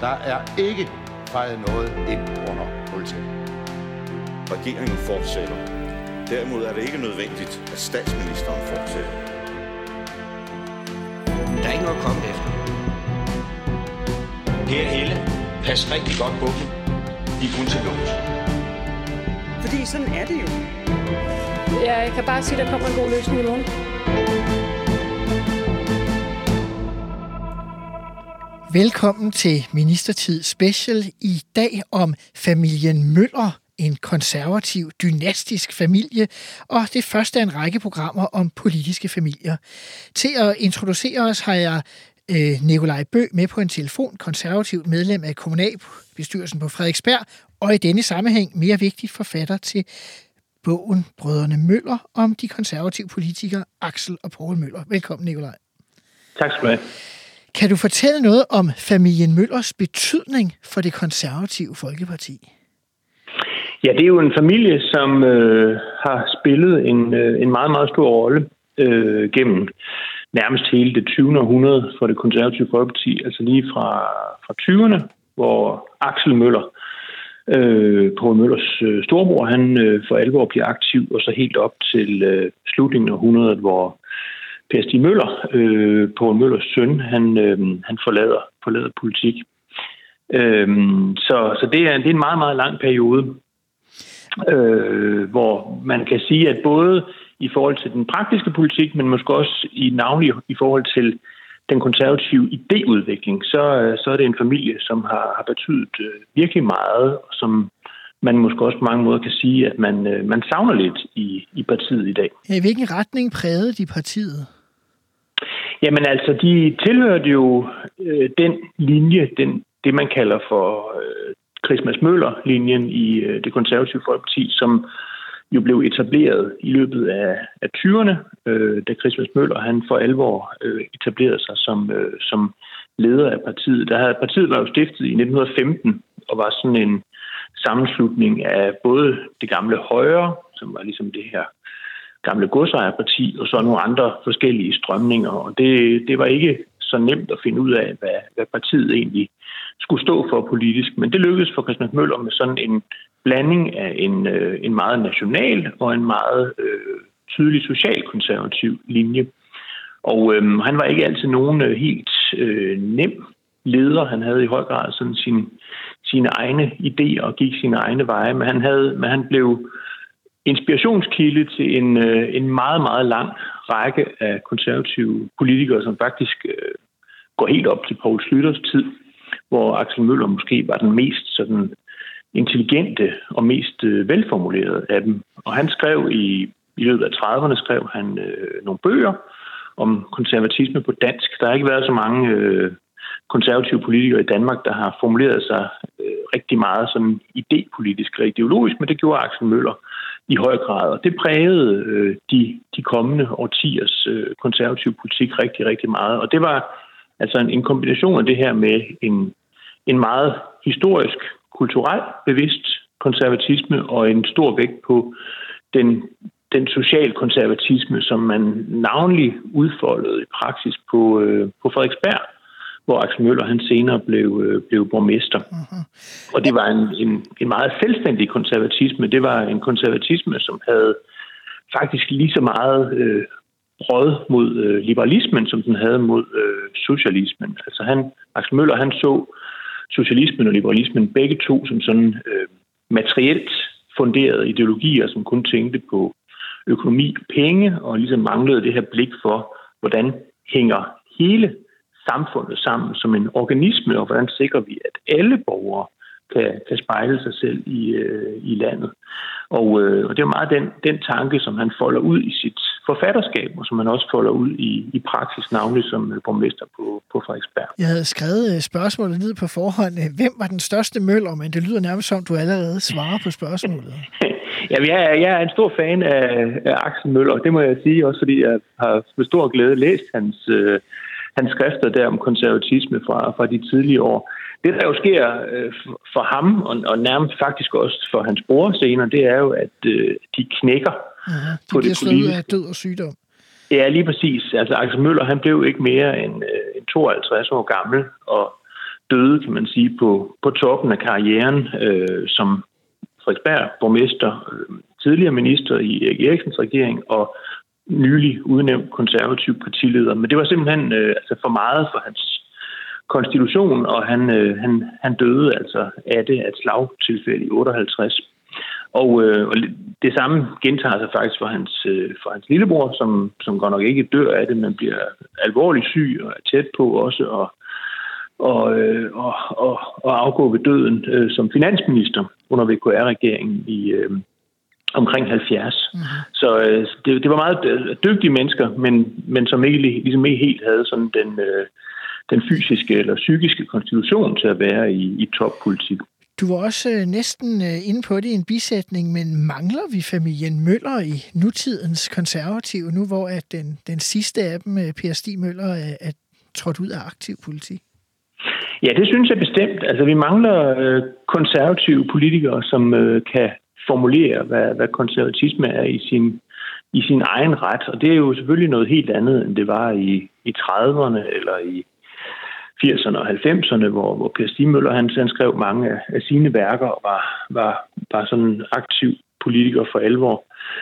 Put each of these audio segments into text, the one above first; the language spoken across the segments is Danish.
Der er ikke fejret noget ind under politiet. Regeringen fortsætter. Derimod er det ikke nødvendigt, at statsministeren fortsætter. Der er ikke noget at komme efter. Per Helle, pas rigtig godt på dem. De er kun til lås. Fordi sådan er det jo. Jeg kan bare sige, at der kommer en god løsning i morgen. Velkommen til Ministertid Special i dag om familien Møller, en konservativ, dynastisk familie, og det første af en række programmer om politiske familier. Til at introducere os har jeg Nikolaj Bøgh med på en telefon, konservativt medlem af kommunalbestyrelsen på Frederiksberg, og i denne sammenhæng mere vigtigt forfatter til bogen Brødrene Møller om de konservative politikere Axel og Poul Møller. Velkommen, Nikolaj. Tak skal du have. Kan du fortælle noget om familien Møllers betydning for det konservative Folkeparti? Ja, det er jo en familie, som har spillet en meget, meget stor rolle gennem nærmest hele det 20. århundrede for det konservative Folkeparti. Altså lige fra 20'erne, hvor Axel Møller, Poul Møllers storbror, han for alvor bliver aktiv, og så helt op til slutningen af århundredet, hvor Per Stig Møller, Poul Møllers søn, han forlader politik. Så det er en meget, meget lang periode, hvor man kan sige, at både i forhold til den praktiske politik, men måske også navnlig i forhold til den konservative idéudvikling, så er det en familie, som har betydet virkelig meget, og som man måske også på mange måder kan sige, at man savner lidt i partiet i dag. I hvilken retning prægede de partiet? Jamen altså, de tilhørte jo den linje, det man kalder for Christmas Møller-linjen i det konservative Folkeparti, som jo blev etableret i løbet af 20'erne, da Christmas Møller han for alvor etablerede sig som leder af partiet. Partiet var jo stiftet i 1915 og var sådan en sammenslutning af både det gamle Højre, som var ligesom det her gamle godsejerparti, og så nogle andre forskellige strømninger. Og det var ikke så nemt at finde ud af, hvad partiet egentlig skulle stå for politisk. Men det lykkedes for Christmas Møller med sådan en blanding af en meget national og en meget tydelig socialkonservativ linje. Og han var ikke altid nogen helt nem leder. Han havde i høj grad sådan sine egne idéer og gik sine egne veje, men han blev inspirationskilde til en meget, meget lang række af konservative politikere, som faktisk går helt op til Poul Schlüters tid, hvor Axel Møller måske var den mest sådan intelligente og mest velformulerede af dem. Og han skrev i løbet af 30'erne skrev han nogle bøger om konservatisme på dansk. Der har ikke været så mange konservative politikere i Danmark, der har formuleret sig rigtig meget sådan idépolitisk og ideologisk, men det gjorde Axel Møller i høj grad, og det prægede de kommende årtiers konservative politik rigtig, rigtig meget. Og det var altså en kombination af det her med en meget historisk, kulturelt bevidst konservatisme og en stor vægt på den socialkonservatisme, som man navnlig udfoldede i praksis på Frederiksberg, hvor Axel Møller han senere blev borgmester. Uh-huh. Og det var en meget selvstændig konservatisme. Det var en konservatisme, som havde faktisk lige så meget råd mod liberalismen, som den havde mod socialismen. Altså Axel Møller han så socialismen og liberalismen begge to som sådan materielt funderede ideologier, som kun tænkte på økonomi og penge, og ligesom manglede det her blik for, hvordan hænger hele samfundet sammen som en organisme, og hvordan sikrer vi, at alle borgere kan spejle sig selv i landet. Og det er meget den tanke, som han folder ud i sit forfatterskab, og som han også folder ud i praksis, navnlig som borgmester på Frederiksberg. Jeg havde skrevet spørgsmålet ned på forhånd. Hvem var den største Møller? Men det lyder nærmest som, du allerede svarer på spørgsmålet. Jamen, jeg er en stor fan af Axel Møller, det må jeg sige, også fordi jeg har med stor glæde læst hans skrifter der om konservatisme fra de tidlige år. Det, der jo sker for ham, og nærmest faktisk også for hans bror senere, det er jo, at de knækker på det politiske. Af død og sygdom. Ja, lige præcis. Altså Axel Møller, han blev ikke mere end 52 år gammel, og døde, kan man sige, på toppen af karrieren som Frederiksberg borgmester, tidligere minister i Erik Eriksens regering og nylig udnævnt konservativ partileder. Men det var simpelthen for meget for hans konstitution, og han døde altså af det, et slagtilfælde i 58. Og det samme gentager sig faktisk for hans lillebror, som godt nok ikke dør af det, men bliver alvorligt syg og er tæt på også og afgå ved døden som finansminister under VKR-regeringen i omkring 70. Mm-hmm. Så det var meget dygtige mennesker, men som ligesom ikke helt havde sådan den fysiske eller psykiske konstitution til at være i toppolitik. Du var også næsten inde på det i en bisætning, men mangler vi familien Møller i nutidens konservative, nu hvor at den sidste af dem, Per Stig Møller, er trådt ud af aktiv politik? Ja, det synes jeg bestemt. Altså, vi mangler konservative politikere, som kan formulere, hvad konservatisme er i sin egen ret. Og det er jo selvfølgelig noget helt andet, end det var i 30'erne eller i 80'erne og 90'erne, hvor Per Stig Møller han skrev mange af sine værker og var sådan en aktiv politiker for alvor.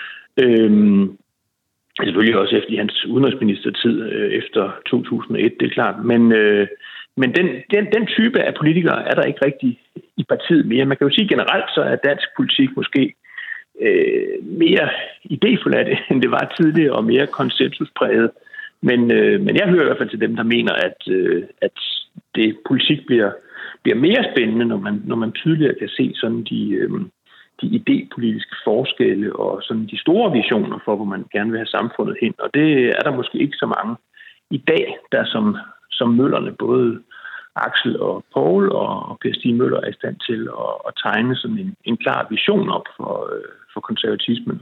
Selvfølgelig også efter hans udenrigsministertid efter 2001, det er klart. Men den type af politikere er der ikke rigtig i partiet mere. Man kan jo sige generelt, så er dansk politik måske mere idéfuld af det, end det var tidligere, og mere konsensuspræget. Men jeg hører i hvert fald til dem, der mener, at det politik bliver mere spændende, når man tydeligere kan se sådan de idépolitiske forskelle og sådan de store visioner for, hvor man gerne vil have samfundet hen. Og det er der måske ikke så mange i dag, der som Møllerne, både Axel og Poul og Per Stig Møller er i stand til at tegne sådan en klar vision op for konservatismen.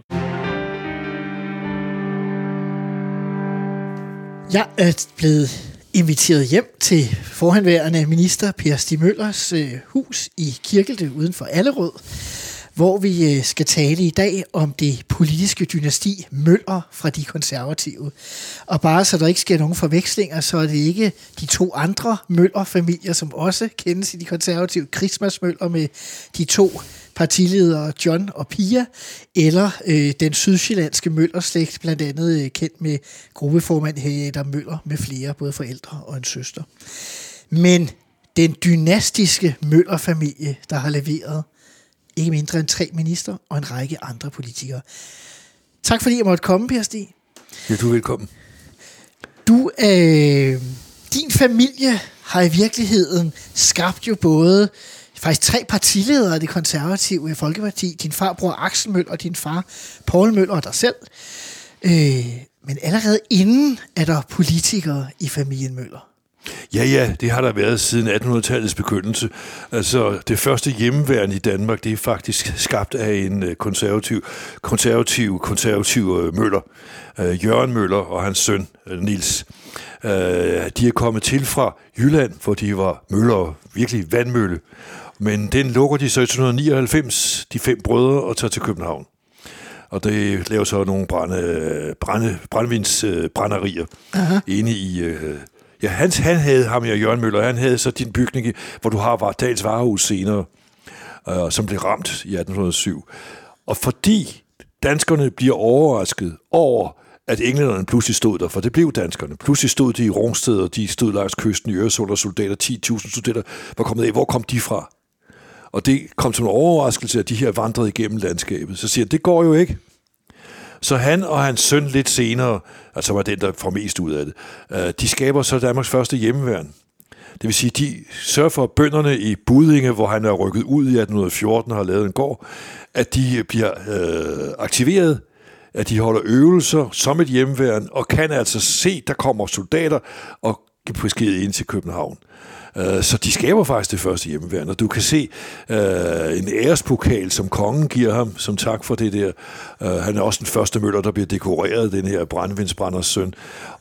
Jeg er blevet inviteret hjem til forhenværende minister Per Stig Møllers hus i Kirkelte uden for Allerød, hvor vi skal tale i dag om det politiske dynasti Møller fra de konservative. Og bare så der ikke sker nogen forvekslinger, så er det ikke de to andre Møller-familier, som også kendes i de konservative, Christmas Møller med de to partiledere John og Pia, eller den sydsjællandske Møller-slægt, blandt andet kendt med gruppeformand Henriette Møller med flere, både forældre og en søster. Men den dynastiske Møller-familie, der har leveret ikke mindre end 3 minister og en række andre politikere. Tak fordi jeg måtte komme, Per Stig. Ja, du er velkommen. Din familie har i virkeligheden skabt jo både faktisk 3 partiledere af det konservative Folkeparti. Din farbror Axel Møller, din far Poul Møller og dig selv. Men allerede inden er der politikere i familien Møller. Ja, det har der været siden 1800-tallets begyndelse. Altså, det første hjemmeværn i Danmark, det er faktisk skabt af en konservativ Møller. Jørgen Møller og hans søn, Niels. De er kommet til fra Jylland, hvor de var møller, virkelig vandmølle. Men den lukker de så i 1999, de 5 brødre, og tager til København. Og det laver så nogle brændevinsbrænderier inde i... Ja, han havde ham og Jørgen Møller, han havde så din bygning, hvor du har Vartdals Varehus senere, som blev ramt i 1807. Og fordi danskerne bliver overrasket over, at englænderne pludselig stod der, for det blev danskerne. Pludselig stod de i Rungsted, og de stod langs kysten i Øresund, og soldater, 10.000 soldater var kommet af. Hvor kom de fra? Og det kom som en overraskelse, at de her vandrede igennem landskabet. Så siger han, det går jo ikke. Så han og hans søn lidt senere, altså var den, der får mest ud af det, de skaber så Danmarks første hjemmeværn. Det vil sige, de sørger for, at bønderne i Buddinge, hvor han er rykket ud i 1814 og har lavet en gård, at de bliver aktiveret, at de holder øvelser som et hjemmeværn, og kan altså se, der kommer soldater og giver besked ind til København. Så de skaber faktisk det første hjemmeværn, og du kan se en ærespokal, som kongen giver ham, som tak for det der. Han er også den første Møller, der bliver dekoreret, den her brændevindsbrænders søn.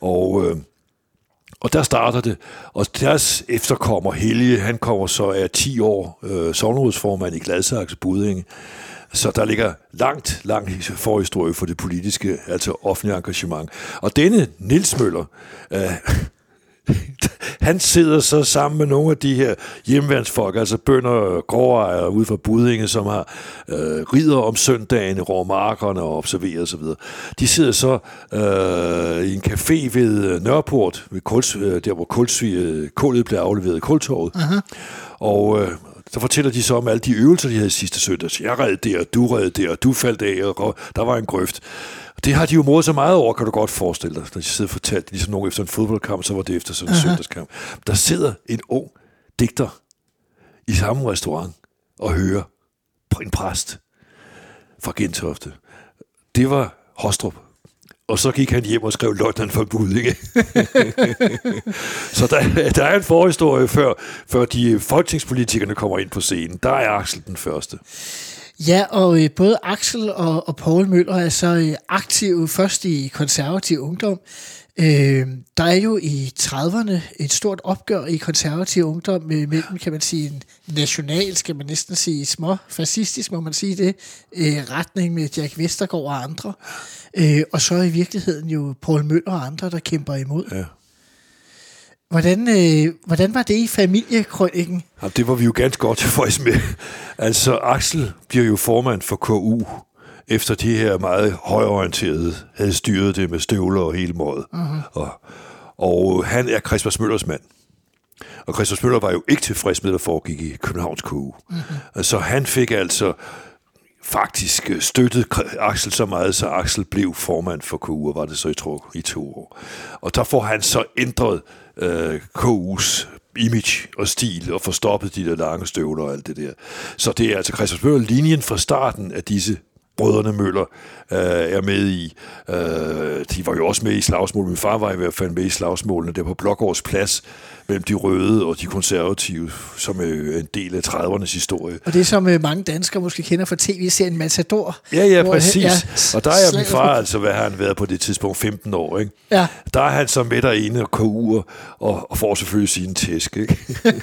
Og der starter det, og deres efterkommer Helge, han kommer så af 10 år sognerådsformand i Gladsaxe Buddinge. Så der ligger lang forhistorie for det politiske, altså offentlige engagement. Og denne Niels Møller, Han sidder så sammen med nogle af de her hjemmeværnsfolk, altså bønder og gårdejere ude fra Buddinge, som har rider om søndagen i Råmarkerne og observerer osv. De sidder så i en café ved Nørreport, ved der hvor kullet blev afleveret i Kultorvet. Og så fortæller de så om alle de øvelser, de havde sidste søndag. Jeg red der, du red der, du faldt af, og der var en grøft. Det har de jo modet så meget over, kan du godt forestille dig. Når de sidder og fortæller, ligesom nogen efter en fodboldkamp, så var det efter sådan en søndagskamp. Der sidder en ung digter i samme restaurant og hører en præst fra Gentofte. Det var Hostrup. Og så gik han hjem og skrev løjtnant for Buddinge. Så der er en forhistorie, før de folketingspolitikerne kommer ind på scenen. Der er Axel den første. Ja, og både Axel og Poul Møller er så aktive først i konservativ ungdom. Der er jo i 30'erne et stort opgør i konservativ ungdom mellem, kan man sige, en national, skal man næsten sige, småfascistisk, må man sige det, retning med Jack Vestergaard og andre. Og så i virkeligheden jo Poul Møller og andre, der kæmper imod. Ja. Hvordan var det i familiekrøniken? Ja, det var vi jo ganske godt tilfreds med. Altså, Axel bliver jo formand for KU, efter de her meget højorienterede havde styret det med støvler og hele måde. Og han er Christmas Møllers mand. Og Christmas Møller var jo ikke tilfreds med, der foregik i Københavns KU. Så han fik altså faktisk støttet Axel så meget, så Axel blev formand for KU, og var det så i 2 år. Og der får han så ændret KU's image og stil, og får stoppet de der lange støvler og alt det der. Så det er altså Christmas Møller, linjen fra starten af disse brødrene Møller er med i. De var jo også med i slagsmål. Min far var i hvert fald med i slagsmålene der på Blågårds Plads mellem de røde og de konservative, som er en del af 30'ernes historie. Og det som mange danskere måske kender fra tv-serien Matador. Ja, præcis. Og der er min far altså, hvad har han været på det tidspunkt, 15 år, ikke? Ja. Der er han så med derinde og KU'er og får selvfølgelig sine tæsk, ikke?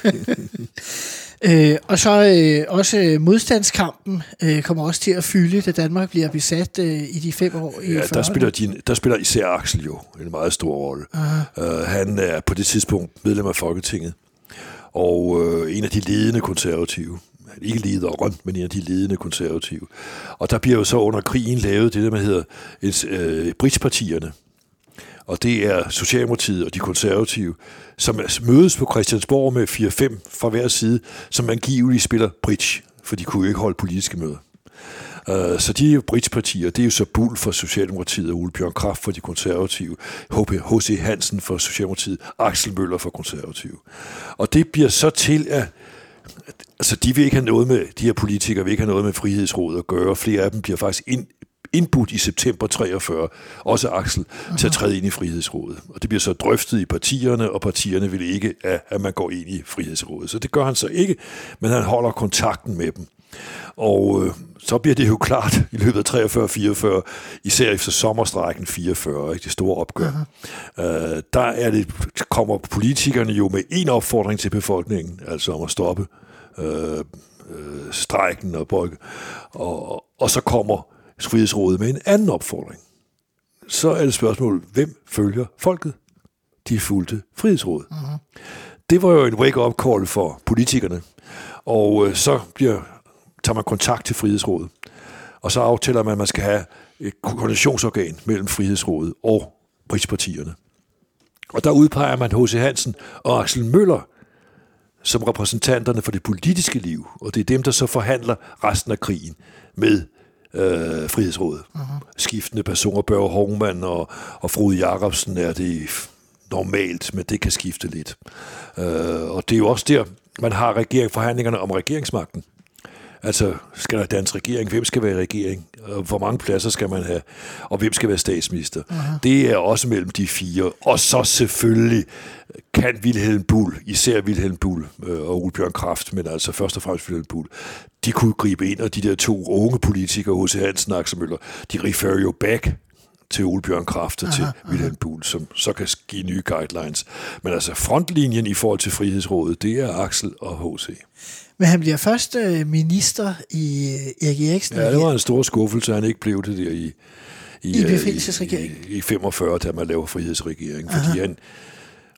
Og så også modstandskampen kommer også til at fylde, da Danmark bliver besat i de 5 år i 40'erne. Der spiller især Axel jo en meget stor rolle. Han er på det tidspunkt medlem af Folketinget, og en af de ledende konservative. Ikke lederen, men en af de ledende konservative. Og der bliver jo så under krigen lavet det, der hedder bridgepartierne. Og det er Socialdemokratiet og de konservative, som mødes på Christiansborg med 4-5 fra hver side, som angiveligt spiller bridge, for de kunne jo ikke holde politiske møder. Så de bridgepartier, det er jo så Bull for Socialdemokratiet og Ole Bjørn Kraft for de konservative, H.C. Hansen for Socialdemokratiet, Axel Møller for konservative. Og det bliver så til, at altså, de vil ikke have noget med, de her politikere vil ikke have noget med Frihedsrådet at gøre. Flere af dem bliver faktisk indbudt i september 43, også Axel, til at træde ind i Frihedsrådet. Og det bliver så drøftet i partierne, og partierne vil ikke, at man går ind i Frihedsrådet. Så det gør han så ikke, men han holder kontakten med dem. Og så bliver det jo klart i løbet af 43-44, især efter sommerstrejken 44, ikke, det store opgør. Der kommer politikerne jo med en opfordring til befolkningen, altså om at stoppe strejken og så kommer Frihedsrådet med en anden opfordring. Så er det spørgsmål, hvem følger folket? De fulgte Frihedsrådet. Det var jo en wake-up call for politikerne, og så tager man kontakt til Frihedsrådet, og så aftaler man, at man skal have et koordinationsorgan mellem Frihedsrådet og bridgepartierne. Og der udpeger man H.C. Hansen og Axel Møller som repræsentanterne for det politiske liv, og det er dem, der så forhandler resten af krigen med Frihedsrådet. Skiftende personer, Børge Hovmand og Frode Jacobsen er det normalt, men det kan skifte lidt. Og det er jo også der, man har forhandlingerne om regeringsmagten. Altså, skal der danse regering? Hvem skal være regering? Hvor mange pladser skal man have? Og hvem skal være statsminister? Det er også mellem de 4. Og så selvfølgelig kan Vilhelm Buhl, især Vilhelm Buhl og Ole Bjørn Kraft, men altså først og fremmest Vilhelm Buhl, de kunne gribe ind, og de der 2 unge politikere, H.C. Hansen og Axel Møller, de referer jo back til Ole Bjørn Kraft og til Vilhelm Buhl, som så kan give nye guidelines. Men altså frontlinjen i forhold til Frihedsrådet, det er Axel og H.C. Men han bliver først minister i Erik Eriksen. Ja, det var en stor skuffelse, han ikke blev det der i befrielsesregeringen. I 45, da man laver frihedsregering, fordi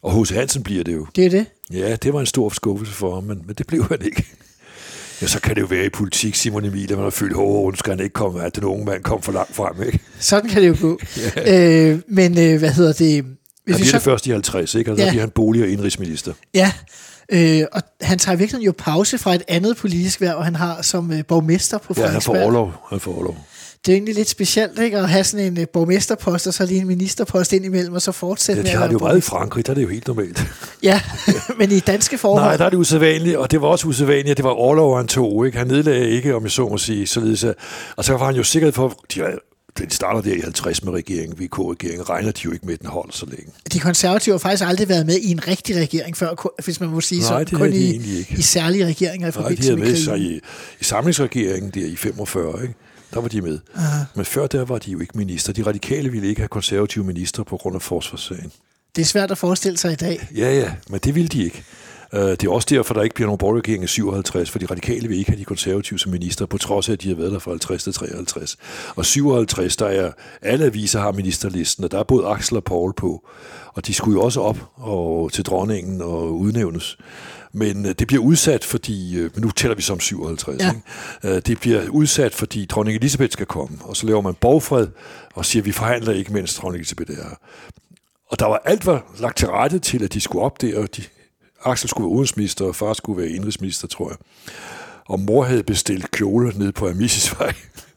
Og H.C. Hansen bliver det jo. Det er det. Ja, det var en stor skuffelse for ham, men det blev han ikke. Ja, så kan det jo være i politik, Simon Emil, at man har følt, nu skal han ikke komme, at den unge mand kom for langt frem, ikke? Sådan kan det jo gå. Men hvad hedder det? Han bliver det først i 50, ikke? Og så bliver han bolig- og indrigsminister. Ja, og han tager virkelig jo pause fra et andet politisk hverv, han har som borgmester på Frederiksberg. Ja, han får overlov. Det er egentlig lidt specielt, ikke? At have sådan en borgmesterpost, og så lige en ministerpost indimellem, og så fortsætte med. Ja, de har det jo meget i Frankrig, der er det jo helt normalt. Ja, men i danske forhold... Nej, der er det usædvanligt, og det var også usædvanligt, at det var overlov, han tog, ikke? Han nedlagde ikke, om jeg så må sige, således at... Og så var han jo sikkert for... Den starter der i 50 med regeringen, VK-regeringen, regner de jo ikke med, den holder så længe. De konservative har faktisk aldrig været med i en rigtig regering før, hvis man må sige så. Kun i særlige regeringer i forbindelse med krigen. Nej, de havde med sig i samlingsregeringen der i 45, ikke? Der var de med. Aha. Men før der var de jo ikke minister. De radikale ville ikke have konservative minister på grund af forsvarssagen. Det er svært at forestille sig i dag. Ja, men det ville de ikke. Det er også derfor, der ikke bliver nogen borgerlig regering i 57, for de radikale vil ikke have de konservative som minister, på trods af, at de har været der fra 50 til 53. Og 57, der er alle aviser har ministerlisten, og der er både Axel og Poul på, og de skulle jo også op til dronningen og udnævnes. Men det bliver udsat, fordi... Men nu tæller vi som 57, ja. Ikke? Det bliver udsat, fordi dronning Elisabeth skal komme, og så laver man borgfred, og siger, at vi forhandler ikke, mens dronning Elisabeth er her. Og der var alt var lagt til rette til, at de skulle op der, og Axel skulle være udenrigsminister, og far skulle være indrigsminister, tror jeg. Og mor havde bestilt kjole nede på Amisisvej.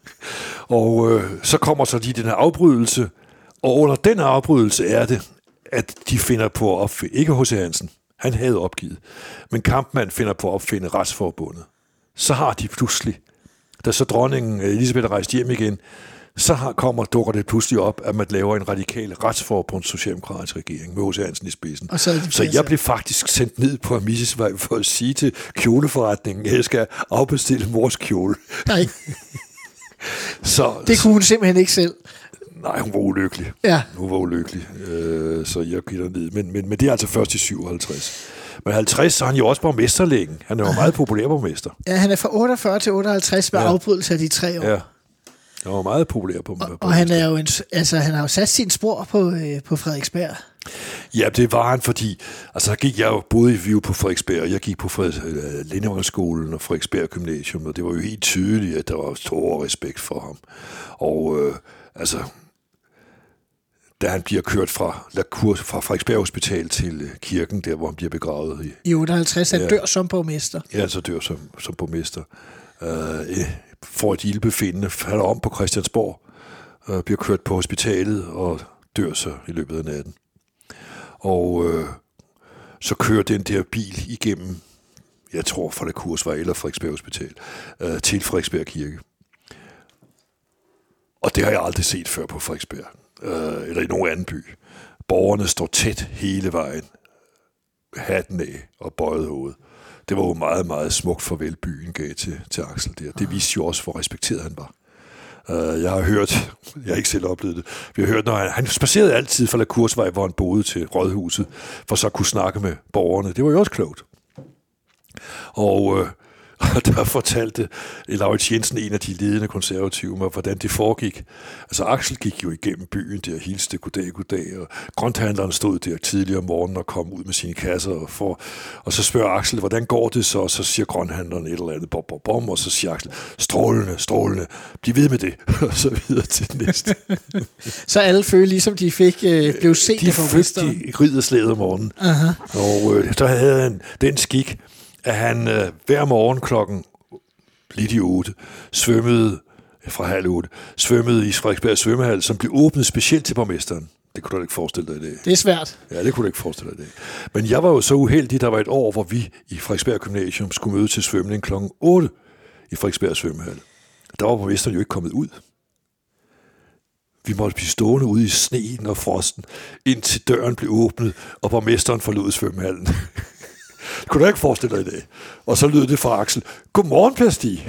Og så kommer så lige den her afbrydelse, og under den afbrydelse er det, at de finder på at opfinde, ikke H.C. Hansen, han havde opgivet, men Kampmann finder på at opfinde Retsforbundet. Så har de pludselig, da så dronningen Elisabeth er rejst hjem igen, så dukker det pludselig op, at man laver en radikal retsforbund socialdemokratisk regering med H.C. Hansen i spidsen. Så jeg blev faktisk sendt ned på Amisisvej for at sige til kjoleforretningen, at jeg skal afbestille mors kjole. Nej. Det kunne hun simpelthen ikke selv. Nej, hun var ulykkelig. Ja. Hun var ulykkelig, så jeg gik derned. Men det er altså først i 57. Men 50, så er han jo også borgmester længe. Han er jo meget populær borgmester. Ja, han er fra 48 til 58 med afbrydelse af de 3 år. Ja. Han var meget populær på og han er jo han har jo sat sine spor på Frederiksberg. Ja, det var han, fordi så gik jeg jo både i på Frederiksberg, og jeg gik på Lindevandsskolen og Frederiksberg Gymnasium, og det var jo helt tydeligt, at der var stor respekt for ham. Og da han bliver kørt fra Frederiksberg Hospital til kirken, der hvor han bliver begravet i 58, han dør som borgmester. Ja, så dør som borgmester. Får et ildbefindende, falder om på Christiansborg, bliver kørt på hospitalet og dør så i løbet af natten. Og så kører den der bil igennem, jeg tror fra det Kursvej eller Frederiksberg Hospital, til Frederiksberg Kirke. Og det har jeg aldrig set før på Frederiksberg, eller i nogen anden by. Borgerne står tæt hele vejen, hatten af og bøjet hovedet. Det var jo meget, meget smukt farvel byen gav til Axel der. Det viste jo også, hvor respekteret han var. Jeg har hørt, jeg har ikke selv oplevet det, vi har hørt, når han spacerede altid fra La Kursvej, hvor han boede til Rådhuset, for så at kunne snakke med borgerne. Det var jo også klogt. Og der fortalte Laurits Jensen, en af de ledende konservative, mig, hvordan det foregik. Altså Axel gik jo igennem byen der, hilste goddag, og grønthandleren stod der tidligere om morgenen og kom ud med sine kasser, og så spørger Axel, hvordan går det så? Og så siger grønthandleren et eller andet, bom, og så siger Axel, strålende, bliv ved med det, og så videre til det næste. Så alle følte ligesom, de blev set de af borgmesteren. De ridderslæde om morgenen. Uh-huh. Og så havde han den skik, at han hver morgen klokken lidt i 8 svømmede fra halv 8, svømmede i Frederiksberg svømmehal, som blev åbnet specielt til borgmesteren. Det kunne du ikke forestille dig i dag. Det er svært. Ja, det kunne du ikke forestille dig i dag. Men jeg var jo så uheldig, der var et år, hvor vi i Frederiksberg Gymnasium skulle møde til svømning klokken 8 i Frederiksberg svømmehal. Der var borgmesteren jo ikke kommet ud. Vi måtte blive stående ude i sneen og frosten, indtil døren blev åbnet, og borgmesteren forlod svømmehallen. Det kunne du ikke forestille dig i dag. Og så lød det fra Axel, godmorgen, Per Stig.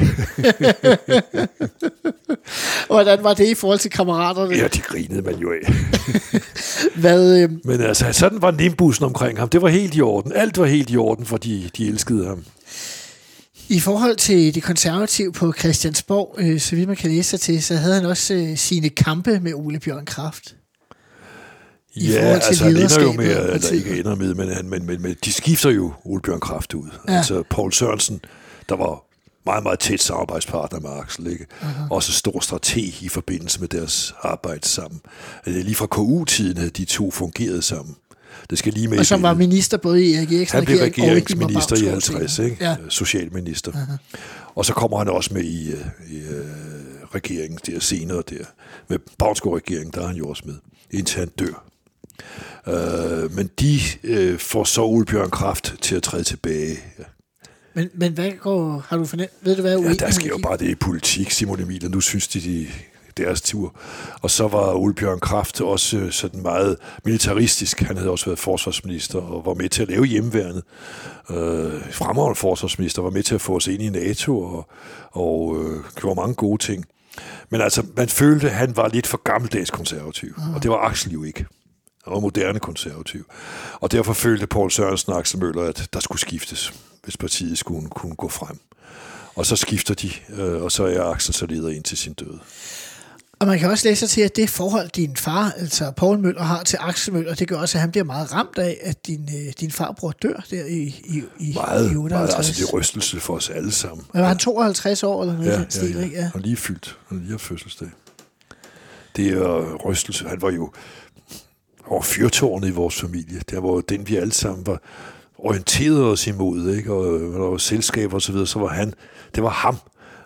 Hvordan var det i forhold til kammeraterne? Ja, de grinede man jo af. Men altså, sådan var nimbussen omkring ham. Det var helt i orden. Alt var helt i orden, fordi de elskede ham. I forhold til det konservative på Christiansborg, så vidt man kan læse sig til, så havde han også sine kampe med Ole Bjørn Kraft. i forhold til altså lederskabet. Han ender jo med, eller ikke ender med, men de skifter jo Ole Bjørn Kraft ud. Ja. Altså Poul Sørensen, der var meget, meget tæt samarbejdspartner med Axel, ikke? Også stor strateg i forbindelse med deres arbejde sammen. Lige fra KU-tiden havde de to fungeret sammen. Det skal lige med og som var minister både i Erik Eriksen han blev regeringsminister i 50, ikke? Ja. Socialminister. Og så kommer han også med i regeringen der senere der. Med Baunsgaard-regeringen, der er han jo også med, indtil han dør. Men de får så Ole Bjørn Kraft til at træde tilbage. Men hvad går, har du fornemt? Ved du hvad? Ja, der sker jo bare det i politik, Simon Emil, og nu synes de deres tur. Og så var Ole Bjørn Kraft også sådan meget militaristisk. Han havde også været forsvarsminister og var med til at lave hjemmeværnet. Fremragende forsvarsminister, var med til at få os ind i NATO og gjorde mange gode ting. Men altså, man følte, at han var lidt for gammeldags konservativ. Og det var Axel jo ikke. Han var moderne konservativ. Og derfor følte Poul Sørensen og Axel Møller, at der skulle skiftes, hvis partiet skulle kunne gå frem. Og så skifter de, og så er Axel så leder ind til sin død. Og man kan også læse sig til, at det forhold, din far, altså Poul Møller, har til Axel Møller, det gør også, at han bliver meget ramt af, at din farbror dør der i 58. Meget, altså det er rystelse for os alle sammen. Men var han 52 år eller noget i den stil, ikke? Ja. Han lige fyldt. Han lige har fødselsdag. Det er rystelse. Han var jo fyrtårnet i vores familie. Der var den, vi alle sammen var orienteret os imod, ikke? Og der var selskaber og så videre, så var han, det var ham.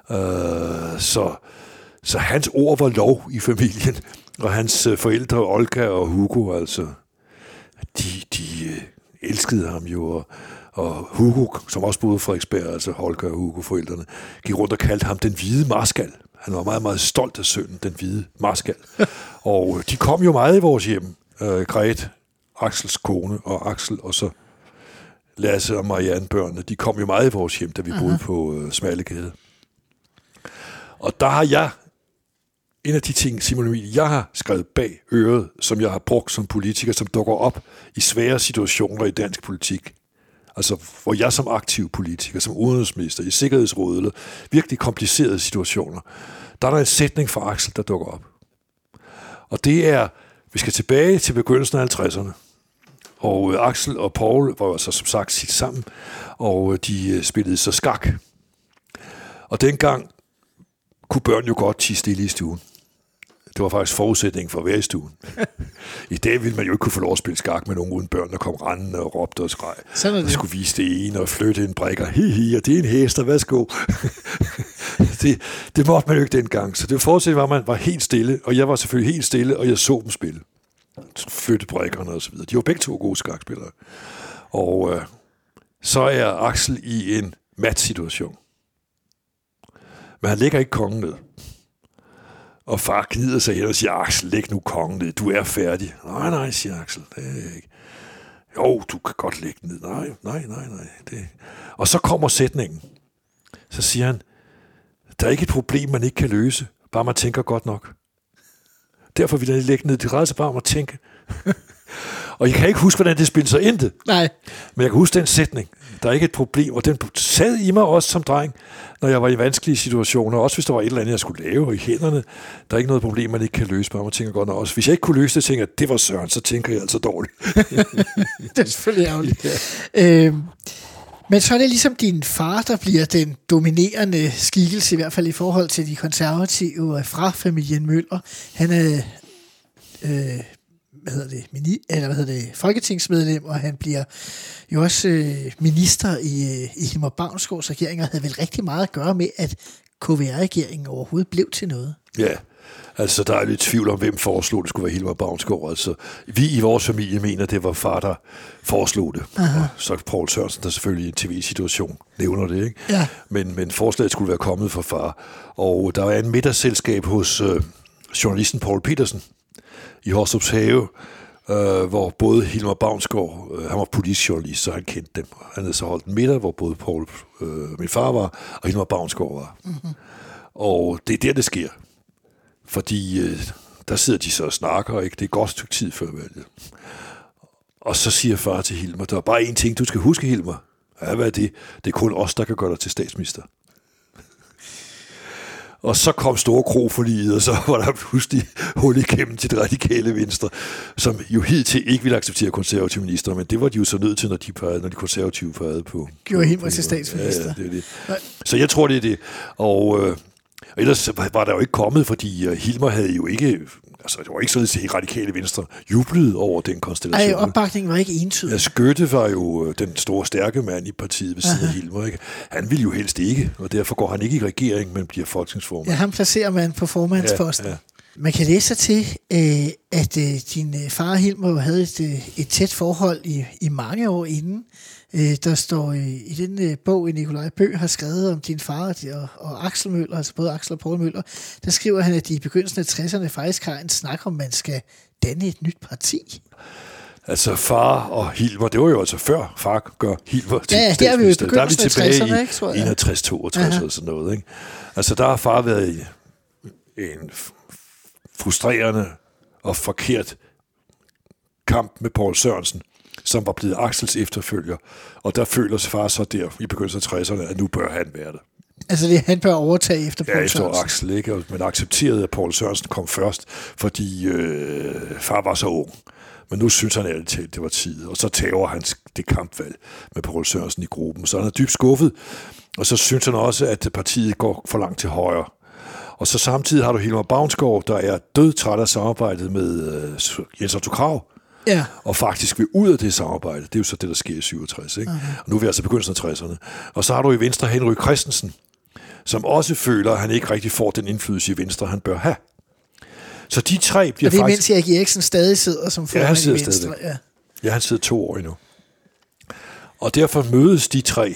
Så hans ord var lov i familien, og hans forældre, Olga og Hugo, altså, de elskede ham jo, og Hugo, som også boede i Frederiksberg, altså Olga og Hugo, forældrene, gik rundt og kaldte ham den hvide marskal. Han var meget, meget stolt af sønnen, den hvide marskal. Og de kom jo meget i vores hjem. Gret, Axels kone, og Axel, og så Lasse og Marianne børnene, de kom jo meget i vores hjem, da vi boede på Smallegade. Og der har jeg, en af de ting, Simon Emil, jeg har skrevet bag øret, som jeg har brugt som politiker, som dukker op i svære situationer i dansk politik. Altså, hvor jeg som aktiv politiker, som udenrigsminister i Sikkerhedsrådet, eller virkelig komplicerede situationer, der er der en sætning fra Axel, der dukker op. Og det er, vi skal tilbage til begyndelsen af 50'erne. Og Axel og Poul var altså som sagt sit sammen, og de spillede så skak. Og dengang kunne børn jo godt tie stille i stuen. Det var faktisk forudsætningen for at være i stuen. I dag ville man jo ikke kunne få lov at spille skak med nogen uden børn, der kom rendende og råbte og skreg. Og skulle vise det ene og flytte en brik, og og det er en hest, og værsgo. det måtte man jo ikke dengang. Så det forudsætningen var, at man var helt stille, og jeg var selvfølgelig helt stille, og jeg så dem spille. Flytte brikkerne og så videre. De var begge to gode skakspillere. Og så er Axel i en mat-situation. Men han lægger ikke kongen ned. Og far gnider sig hen og siger, Axel, læg nu kongen ned, du er færdig. Nej, siger Axel, det er ikke. Jo, du kan godt lægge ned. Nej. Det. Og så kommer sætningen. Så siger han, der er ikke et problem, man ikke kan løse, bare man tænker godt nok. Derfor vil jeg lægge ned. Det drejer sig bare om at tænke. Og jeg kan ikke huske, hvordan det spiller sig ind. Nej. Men jeg kan huske den sætning. Der er ikke et problem. Og den sad i mig også som dreng, når jeg var i vanskelige situationer. Også hvis der var et eller andet, jeg skulle lave i hænderne. Der er ikke noget problem, man ikke kan løse. Bare man tænker godt nok også. Hvis jeg ikke kunne løse det, tænker jeg, at det var Søren, så tænker jeg altså dårligt. Det er selvfølgelig ærgerligt. Men så er det ligesom din far, der bliver den dominerende skikkelse, i hvert fald i forhold til de konservative fra familien Møller. Han er folketingsmedlem, og han bliver jo også minister i Hilmar Baunsgaards regering, og havde vel rigtig meget at gøre med, at KVR-regeringen overhovedet blev til noget. Ja, altså der er lidt tvivl om, hvem foreslog, det skulle være Hilmar Baunsgaard. Altså, vi i vores familie mener, det var far, der foreslog det. Og så Poul Sørensen, der selvfølgelig i en tv-situation nævner det, ikke? Ja. Men forslaget skulle være kommet fra far. Og der var en middagsselskab hos journalisten Poul Petersen i Horstrups Have, hvor både Hilmar Baunsgaard, han var politisk journalist, så han kendte dem. Han havde så holdt en middag, hvor både min far var, og Hilmar Baunsgaard var. Mm-hmm. Og det er der, det sker. Fordi der sidder de så og snakker, ikke? Det er et godt stykke tid før valget. Og så siger far til Hilmar, der er bare én ting, du skal huske, Hilmar. Ja, hvad er det? Det er kun os, der kan gøre dig til statsminister. Og så kom Store Kro-forliget, og så var der pludselig hul igennem til det radikale venstre, som jo hidtil ikke ville acceptere konservative minister, men det var de jo så nødt til, når de konservative pegede på. Gjorde Hilmer til statsminister. Ja, det er det. Så jeg tror, det er det. Og ellers var der jo ikke kommet, fordi Hilmer havde jo ikke... Altså, det var ikke sådan, at det radikale venstre jublede over den konstellation. Nej, opbakningen var ikke entydig. Ja, Skytte var jo den store, stærke mand i partiet ved siden af Hilmer. Ikke? Han ville jo helst ikke, og derfor går han ikke i regering, men bliver folketingsformand. Ja, ham placerer man på formandsposten. Ja. Man kan læse sig til, at din far Hilmer havde et tæt forhold i mange år inden. Der står i den bog, Nikolaj Bøgh har skrevet om din far og Axel Møller, altså både Axel og Poul Møller, der skriver han, at de i begyndelsen af 60'erne faktisk har en snak om, man skal danne et nyt parti. Altså far og Hilmer, det var jo altså før far gør Hilmer til statsminister. Ja, der er vi tilbage ikke, tror jeg. i 61-62 eller sådan noget. Ikke? Altså der har far været i en frustrerende og forkert kamp med Poul Sørensen, som var blevet Axels efterfølger, og der føler sig far så der i begyndelsen af 60'erne, at nu bør han være det. Altså han bør overtage efter Poul Sørensen? Ja, efter Axel, ikke? Men accepterede, at Poul Sørensen kom først, fordi far var så ung. Men nu synes han altid, det var tid, og så tager han det kampvalg med Poul Sørensen i gruppen. Så han er dybt skuffet, og så synes han også, at partiet går for langt til højre. Og så samtidig har du Hilmar Baunsgaard, der er dødtræt af samarbejdet med Jens Otto Krag, ja. Og faktisk vil ud af det samarbejde. Det er jo så det, der sker i 67. Ikke? Okay. Og nu er vi altså begyndelsen af 60'erne. Og så har du i Venstre Henry Christensen, som også føler, at han ikke rigtig får den indflydelse i Venstre, han bør have. Så de tre bliver faktisk... Og det er mens Erik Eriksen stadig sidder som formand i Venstre. Ja, han sidder 2 år endnu. Og derfor mødes de tre,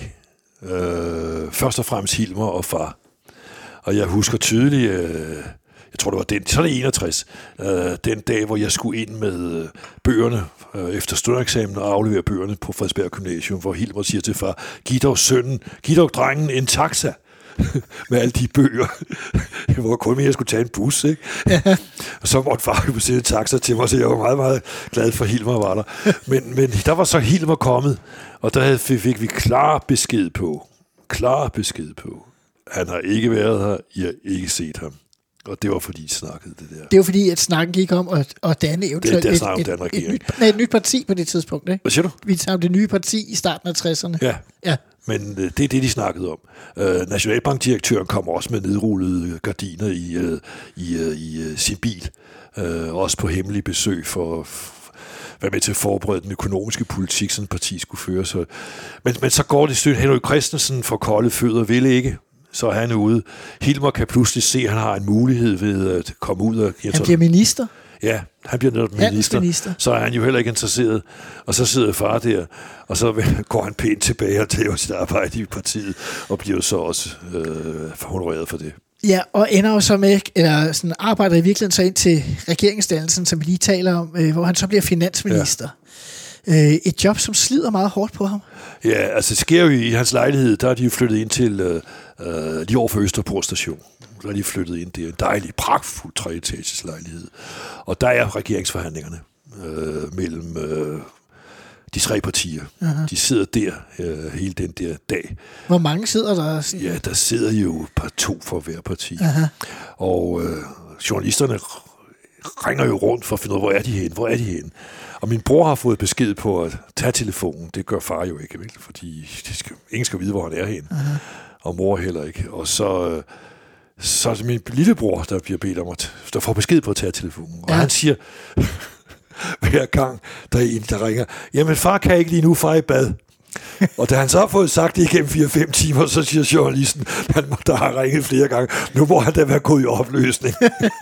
først og fremmest Hilmer og far. Og jeg husker tydeligt... Jeg tror, det var så er det 61, den dag, hvor jeg skulle ind med bøgerne efter studentereksamen og aflevere bøgerne på Frederiksberg Gymnasium, hvor Hilmer siger til far, giv dog drengen en taxa med alle de bøger. Det var kun mere, jeg skulle tage en bus, ikke? Ja. Og så måtte far jo bestille en taxa til mig, så jeg var meget, meget glad for, at Hilmer var der. Men der var så Hilmer kommet, og der fik vi klar besked på, han har ikke været her, I har ikke set ham. Og det var fordi, de snakkede det der. Det var fordi, at snakken gik om at danne eventuelt et nyt parti på det tidspunkt, ikke? Hvad siger du? Vi tager det nye parti i starten af 60'erne. Ja. Men det er det, de snakkede om. Nationalbankdirektøren kom også med nedrullede gardiner i sin bil. Også på hemmelig besøg for være med til at forberede den økonomiske politik, sådan et parti skulle føre sig. Men så går det styrt. Henrik Christensen for kolde fødder vil ikke. Så er han ude. Hilmer kan pludselig se, at han har en mulighed ved at komme ud af... Han bliver minister? Ja, han bliver netop minister. Så er han jo heller ikke interesseret. Og så sidder far der, og så går han pænt tilbage og tager sit arbejde i partiet, og bliver så også honoreret for det. Ja, og ender jo så med, eller sådan arbejder i virkeligheden så ind til regeringsdannelsen, som vi lige taler om, hvor han så bliver finansminister. Ja. Et job, som slider meget hårdt på ham. Ja, altså det sker jo i hans lejlighed, der er de jo flyttet ind til lige over for Østerport station. Der er de flyttet ind, det er en dejlig, pragtfuld 3-etages lejlighed. Og der er regeringsforhandlingerne mellem de 3 partier. Aha. De sidder der hele den der dag. Hvor mange sidder der? Ja, der sidder jo 2 for hver parti. Aha. Og journalisterne ringer jo rundt for at finde ud af, hvor er de henne? Og min bror har fået besked på at tage telefonen. Det gør far jo ikke, vel? Fordi ingen skal vide, hvor han er henne. Aha. Og mor heller ikke. Og så er det min lillebror, der bliver bedt om der får besked på at tage telefonen. Og han siger hver gang, der er en, der ringer, jamen far kan ikke lige nu, far i bad. Og da han så har fået sagt det igennem 4-5 timer, så siger journalisten, der har ringet flere gange, nu må han da være gået i opløsning.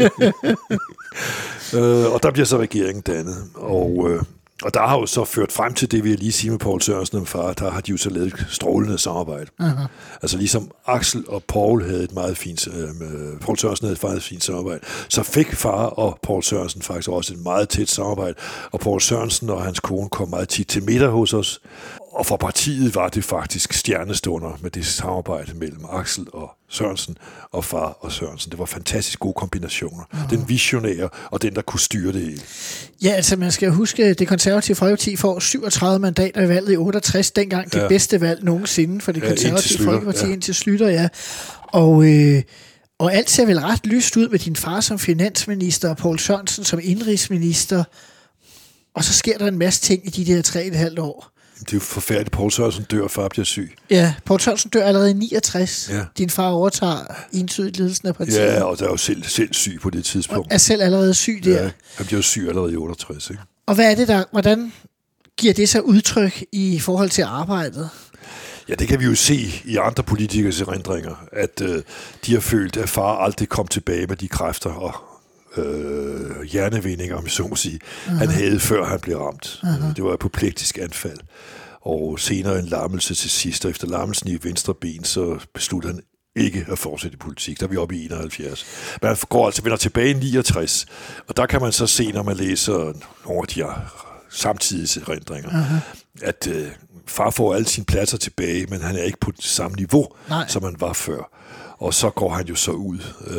Og der bliver så regeringen dannet. Og der har jo så ført frem til det, vi lige siger med Poul Sørensen og far, der har de jo så lavet et strålende samarbejde. Uh-huh. Altså ligesom Axel og Poul havde et meget fint, Poul Sørensen havde et meget fint samarbejde, så fik far og Poul Sørensen faktisk også et meget tæt samarbejde, og Poul Sørensen og hans kone kom meget tit til middag hos os, og for partiet var det faktisk stjernestunder med det samarbejde mellem Axel og Sørensen og far og Sørensen. Det var fantastisk gode kombinationer. Uh-huh. Den visionære og den, der kunne styre det hele. Ja, altså man skal huske, at det konservative Folkeparti får 37 mandater i valget i 68, dengang det bedste valg nogensinde for det konservative Folkeparti indtil Schlüter, ja. Og alt ser vel ret lyst ud med din far som finansminister og Poul Sørensen som indrigsminister. Og så sker der en masse ting i de der 3,5 år. Det er jo forfærdeligt. Poul Sørensen dør, far bliver syg. Ja, Poul Sørensen dør allerede i 69. Ja. Din far overtager entydigt ledelsen af partiet. Ja, og der er jo selv syg på det tidspunkt. Og er selv allerede syg der. Ja, han bliver jo syg allerede i 68, ikke? Og hvad er det hvordan giver det sig udtryk i forhold til arbejdet? Ja, det kan vi jo se i andre politikers erindringer, at de har følt, at far aldrig kom tilbage med de kræfter og hjernevindinger, om jeg så må sige, han havde før han blev ramt. Det var et apoplektisk anfald. Og senere en lammelse til sidst, og efter lammelsen i venstre ben, så besluttede han ikke at fortsætte i politik. Der er vi oppe i 71. Men han vender tilbage i 69, og der kan man så se, når man læser nogle af de her samtidige erindringer, at far får alle sine pladser tilbage, men han er ikke på det samme niveau, som han var før. Og så går han jo så ud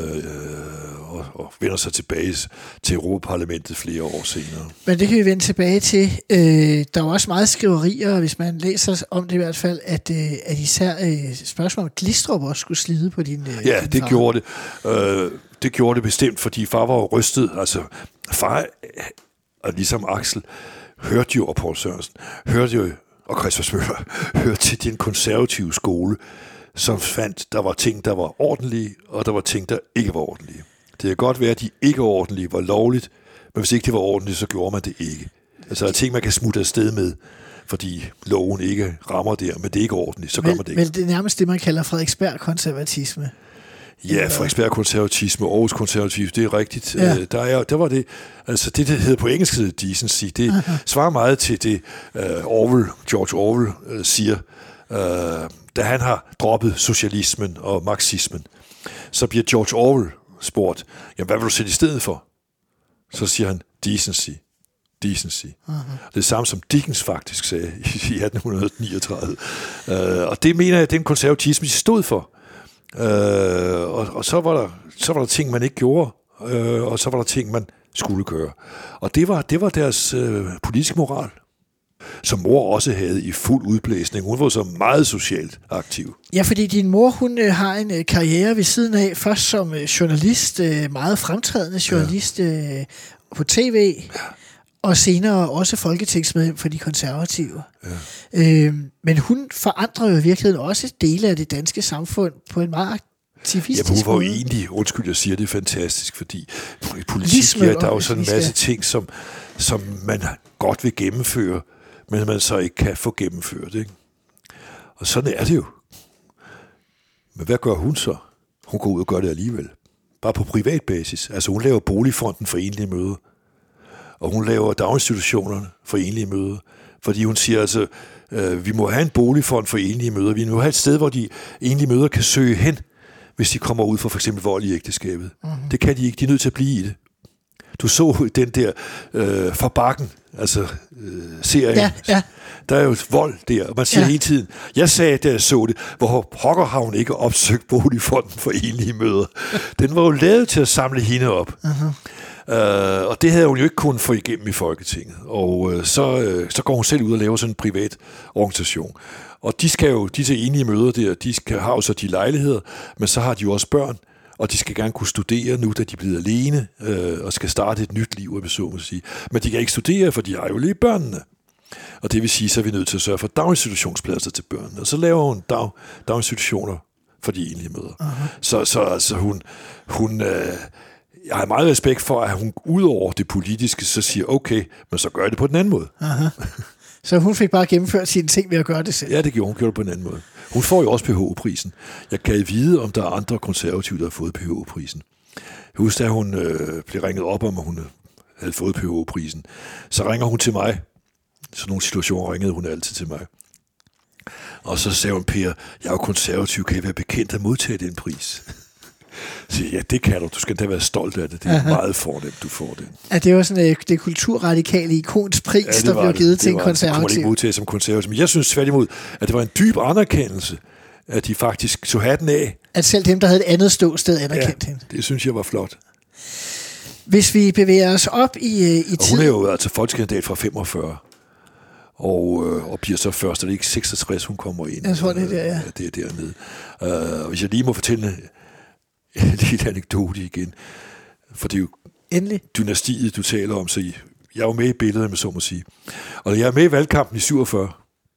og vender sig tilbage til Europaparlamentet flere år senere. Men det kan vi vende tilbage til. Der er også meget skriverier, hvis man læser om det i hvert fald, at især spørgsmål om Glistrup også skulle slide på din Ja, din det far. gjorde det. Det gjorde det bestemt, fordi far var jo rystet. Altså, far, og ligesom Axel, hørte jo, og Poul Sørensen, hørte jo, og Christoffer Møller, hørte til den konservative skole, som fandt, der var ting, der var ordentlige, og der var ting, der ikke var ordentlige. Det kan godt være, at de ikke ordentlige var lovligt, men hvis ikke det var ordentligt, så gjorde man det ikke. Altså, der er ting, man kan smutte afsted med, fordi loven ikke rammer der, men det er ikke ordentligt, så gør man det ikke. Men det er nærmest det, man kalder Frederiksberg-konservatisme. Ja, Frederiksberg-konservatisme og Aarhus-konservatisme, det er rigtigt. Ja. Der var det, altså det hedder på engelsk hedder decency, det svarer meget til det George Orwell siger, da han har droppet socialismen og marxismen. Så bliver George Orwell spurgt, jamen hvad vil du sætte i stedet for? Så siger han decency. Det samme som Dickens faktisk sagde i 1839. Og det mener jeg, at den konservatisme stod for. Og så var der ting, man ikke gjorde, og så var der ting, man skulle gøre. Og det var deres politiske moral, som mor også havde i fuld udblæsning. Hun var så meget socialt aktiv. Ja, fordi din mor, hun har en karriere ved siden af, først som journalist, meget fremtrædende journalist på tv, og senere også folketingsmedlem for de konservative. Ja. Men hun forandrer jo i virkeligheden også dele af det danske samfund på en meget aktivistisk måde. Ja, hun var jo egentlig, undskyld, jeg siger, det er fantastisk, fordi i politik, der er jo sådan en masse ting, som man godt vil gennemføre, men man så ikke kan få gennemført, ikke? Og sådan er det jo. Men hvad gør hun så? Hun går ud og gør det alligevel. Bare på privat basis. Altså hun laver boligfonden for enlige møder. Og hun laver daginstitutionerne for enlige møder. Fordi hun siger altså, vi må have en boligfond for enlige møder. Vi må have et sted, hvor de enlige møder kan søge hen, hvis de kommer ud for eksempel vold i ægteskabet. Det kan de ikke. De er nødt til at blive i det. Du så den der fra bakken, altså serien. Ja. Der er jo vold der, og man siger hele tiden, jeg sagde, da jeg så det, hvor pokker har hun ikke opsøgt boligfonden for enlige møder. Den var jo lavet til at samle hende op. Og det havde hun jo ikke kunnet få igennem i Folketinget. Og så går hun selv ud og laver sådan en privat organisation. Og de skal jo, disse enlige møder der, de skal have jo så de lejligheder, men så har de jo også børn, og de skal gerne kunne studere nu, da de er blevet alene, og skal starte et nyt liv, så må sige. Men de kan ikke studere, for de har jo lige børnene. Og det vil sige, så er vi nødt til at sørge for daginstitutionspladser til børnene. Og så laver hun daginstitutioner for de enlige mødre. Så altså hun jeg har meget respekt for, at hun ud over det politiske, så siger, okay, men så gør det på den anden måde. Så hun fik bare gennemført sine ting ved at gøre det selv? Ja, det gjorde hun. Gjorde det på en anden måde. Hun får jo også PH-prisen. Jeg kan vide, om der er andre konservative, der har fået PH-prisen. Jeg husker, da hun blev ringet op om, at hun havde fået PH-prisen. Så ringer hun til mig. Så nogle situationer ringede hun altid til mig. Og så sagde hun, Per, jeg er jo konservativ, kan jeg være bekendt at modtage den pris? Så ja, det kan du. Du skal da være stolt af det. Det er meget fornemt, du får det. Ja, det var sådan det kulturradikale ikons pris, der blev givet til en konservativ. Det kunne man ikke modtage som konservativ. Men jeg synes tværtimod, at det var en dyb anerkendelse, at de faktisk så hatten af. At selv dem, der havde et andet ståsted, anerkendte hende. Det synes jeg var flot. Hvis vi bevæger os op i tid... Og hun er jo altså folkekandidat fra 45. Og bliver så først, og det er ikke 66, hun kommer ind. Jeg tror, det er der, ja. Det er dernede. Hvis jeg lige må fortælle en lille anekdote igen. For det er jo Endelig. dynastiet, du taler om, så jeg er jo med i billedet, med så må sige. Og jeg er med i valgkampen i 47,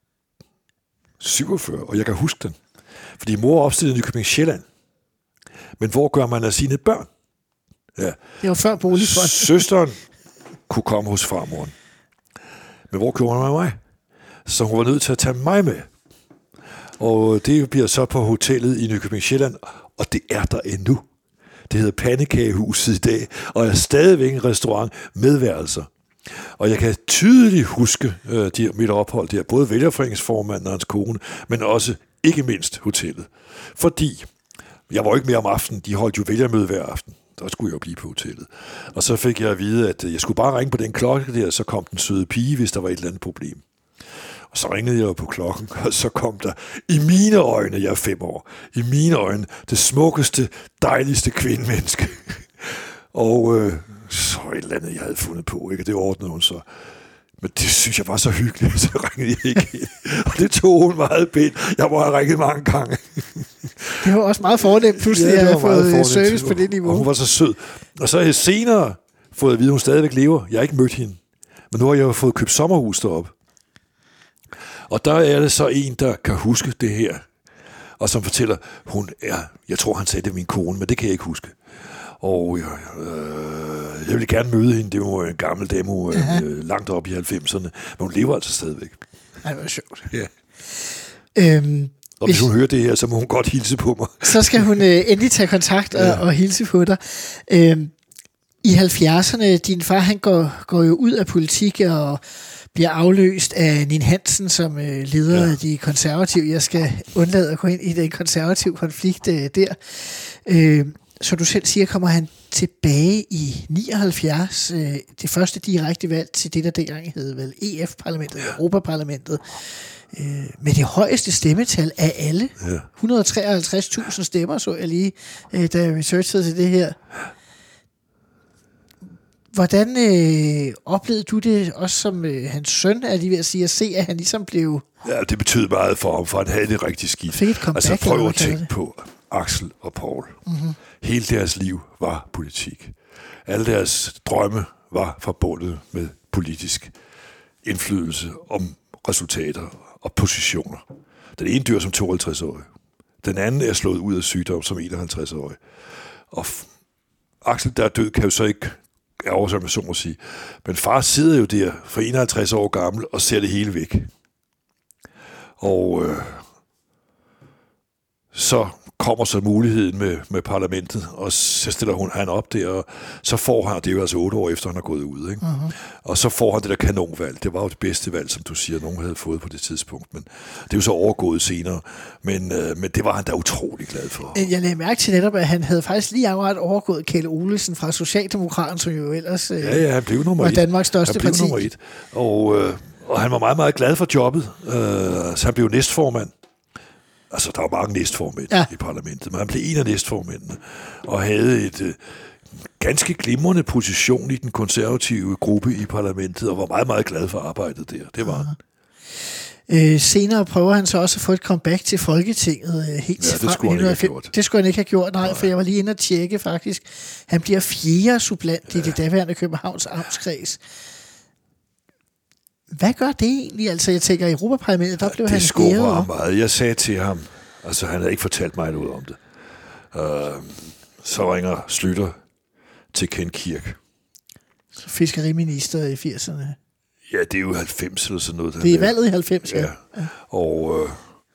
og jeg kan huske den. Fordi mor opstillede i Nykøbing Sjælland. Men hvor gør man af sine børn? Ja. Det var før boligfonden. Søsteren kunne komme hos farmoren. Men hvor gjorde man mig? Så hun var nødt til at tage mig med. Og det bliver så på hotellet i Nykøbing Sjælland, og det er der endnu. Det hedder Pandekagehuset i dag, og er stadigvæk en restaurant med værelser. Og jeg kan tydeligt huske mit ophold der, både vælgerforeningsformanden og hans kone, men også ikke mindst hotellet. Fordi jeg var ikke mere om aftenen, de holdt jo vælgermøde hver aften. Der skulle jeg jo blive på hotellet. Og så fik jeg at vide, at jeg skulle bare ringe på den klokke der, så kom den søde pige, hvis der var et eller andet problem. Og så ringede jeg jo på klokken, og så kom der, i mine øjne, jeg er 5 år, i mine øjne, det smukkeste, dejligste kvindemenneske. Og så et eller andet, jeg havde fundet på, ikke? Det ordnede hun så. Men det synes jeg var så hyggeligt, så ringede jeg ikke ind. Og det tog hun meget pænt. Jeg må have ringet mange gange. Det var også meget fornemt, pludselig at have fået service på det niveau. Og hun var så sød. Og så har jeg senere fået at vide, at hun stadigvæk lever. Jeg har ikke mødt hende. Men nu har jeg jo fået købt sommerhus deroppe. Og der er det så en, der kan huske det her. Og som fortæller, hun er, jeg tror han sagde det er min kone, men det kan jeg ikke huske. Og jeg ville gerne møde hende. Det var en gammel dame, langt op i 90'erne. Men hun lever altså stadigvæk. Ej, hvor sjovt. Ja. Og hvis hun hører det her, så må hun godt hilse på mig. Så skal hun endelig tage kontakt og hilse på dig. I 70'erne, din far han går jo ud af politik og bliver afløst af Nin Hansen som leder af de konservative. Jeg skal undlade at gå ind i den konservative konflikt der. Så du selv siger, kommer han tilbage i 79, det første direkte valg til det, der dengang hed vel EF-parlamentet, Europaparlamentet, med det højeste stemmetal af alle. 153.000 stemmer, så jeg lige, da jeg researchede til det her. Hvordan oplevede du det også som hans søn, er lige ved at sige, at se, at han ligesom blev... Ja, det betød meget for ham, for han havde det rigtig skidt. Altså prøv at tænke på Axel og Poul. Mm-hmm. Hele deres liv var politik. Alle deres drømme var forbundet med politisk indflydelse om resultater og positioner. Den ene dør som 52-årig. Den anden er slået ud af sygdom som 51-årig. Og Axel, der er død, kan jo så ikke oversøge med så må sige. Men far sidder jo der for 51 år gammel og ser det hele væk. Og så kommer så muligheden med parlamentet, og så stiller han op der, og så får han, det er jo altså 8 år efter, han er gået ud, ikke? Uh-huh. Og så får han det der kanonvalg. Det var jo det bedste valg, som du siger, nogen havde fået på det tidspunkt, men det er jo så overgået senere. Men det var han da utrolig glad for. Jeg lagde mærke til netop, at han havde faktisk lige akkurat overgået Kjeld Olesen fra Socialdemokraterne, som jo ellers han blev nummer 1. var Danmarks største parti. Nummer 1. Og han var meget, meget glad for jobbet, så han blev næstformand. Altså, der var mange næstformænd i parlamentet, men han blev en af næstformændene, og havde et ganske glimrende position i den konservative gruppe i parlamentet, og var meget, meget glad for arbejdet der. Det var han. Senere prøver han så også at få et comeback til Folketinget helt fra 1990. Det skulle han ikke have gjort, nej, for jeg var lige inde og tjekke faktisk. Han bliver 4. supplant i det daværende Københavns Amtskreds. Hvad gør det egentlig? Altså, jeg tænker, i Europaparlamentet, der blev han æret. Det skubber ham meget. Jeg sagde til ham, altså han havde ikke fortalt mig noget om det. Så ringer Schlüter til Ken Kirk. Fiskeriminister i 80'erne. Ja, det er jo 90 eller sådan noget. Det er valget i 90, ja. Og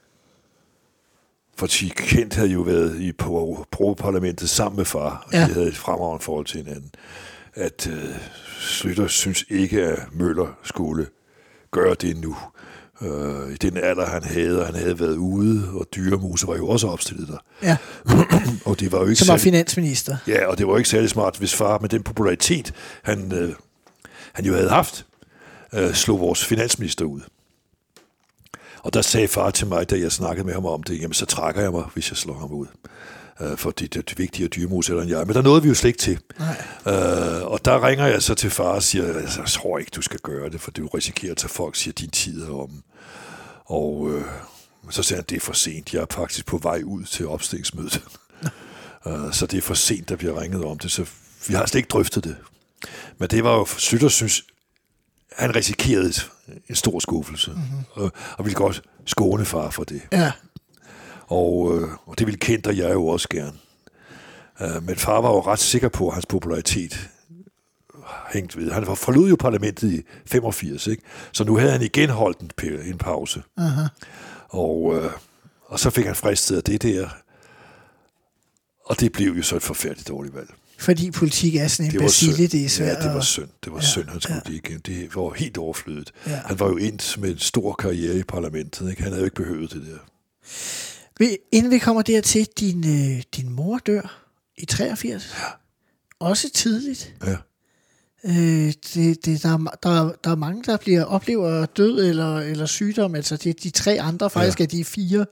fordi Kent havde jo været på Europaparlamentet sammen med far, og de havde et fremragende forhold til hinanden. At Schlüter synes ikke, at Møller skulle gøre det nu. I den alder, han havde været ude, og Dyremose var jo også opstillet der. Ja. Og det var jo ikke som var finansminister. Ja, og det var ikke særlig smart, hvis far med den popularitet, han jo havde haft, slog vores finansminister ud. Og der sagde far til mig, da jeg snakkede med ham om det, jamen så trækker jeg mig, hvis jeg slår ham ud. Fordi det er vigtigere Dyremose end jeg. Men der nåede vi jo slet ikke til. Og der ringer jeg så til far og siger, jeg tror ikke, du skal gøre det, for du risikerer at tage folk, siger, din tid er om. Og så siger han, det er for sent. Jeg er faktisk på vej ud til opstillingsmødet. Så det er for sent, der bliver ringet om det, så vi har slet ikke drøftet det. Men det var jo, Schlüter synes, han risikerede en stor skuffelse, og ville godt skåne far for det. Ja. Og det ville Kent og jeg jo også gerne. Men far var jo ret sikker på, at hans popularitet hængt ved. Han forlod jo parlamentet i 85, ikke? Så nu havde han igen holdt en pause. Og så fik han fristet af det der, og det blev jo så et forfærdeligt dårligt valg. Fordi politik er sådan en basile, det er svært. Ja, det var synd. Det var synd, han skulle det igen. Det var helt overflødet. Ja. Han var jo endt med en stor karriere i parlamentet. Ikke? Han havde jo ikke behøvet det der. Inden vi kommer dertil, din mor dør i 83. Ja. Også tidligt. Ja. Der er mange, der oplever død eller sygdom. Altså det er de 3 andre, faktisk er de 4.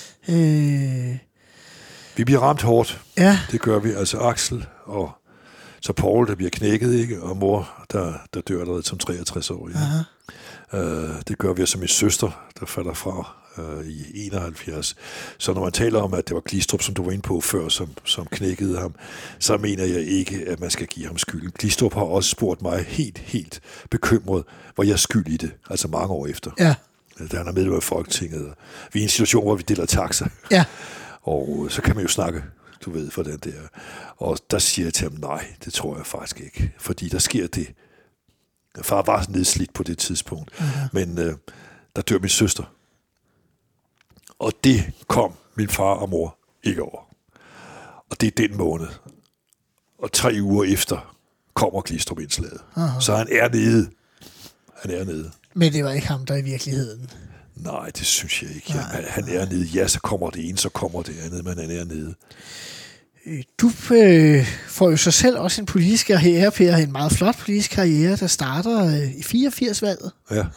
Vi bliver ramt hårdt. Ja. Det gør vi. Altså Axel og så Paul, der bliver knækket, ikke? Og mor, der dør allerede som 63-årig. Det gør vi, altså min søster, der falder fra i 71. Så når man taler om, at det var Glistrup, som du var inde på før, som knækkede ham, så mener jeg ikke, at man skal give ham skylden. Glistrup har også spurgt mig helt bekymret, hvor jeg er skyld i det, altså mange år efter. Ja. Da han er medlem af Folketinget. Vi er i en situation, hvor vi deler taxa. Ja. Og så kan man jo snakke, du ved, hvordan det er. Og der siger jeg til ham, nej, det tror jeg faktisk ikke. Fordi der sker det. Far var nedslidt på det tidspunkt. Men der dør min søster. Og det kom min far og mor ikke over. Og det er den måned. Og 3 uger efter kommer Glistrup-indslaget. Så han er nede. Han er nede. Men det var ikke ham, der i virkeligheden. Nej, det synes jeg ikke. Han er nede. Ja, så kommer det ene, så kommer det andet, men han er nede. Du får jo så selv også en politisk karriere, Per, en meget flot politisk karriere, der starter i 84-valget. Ja.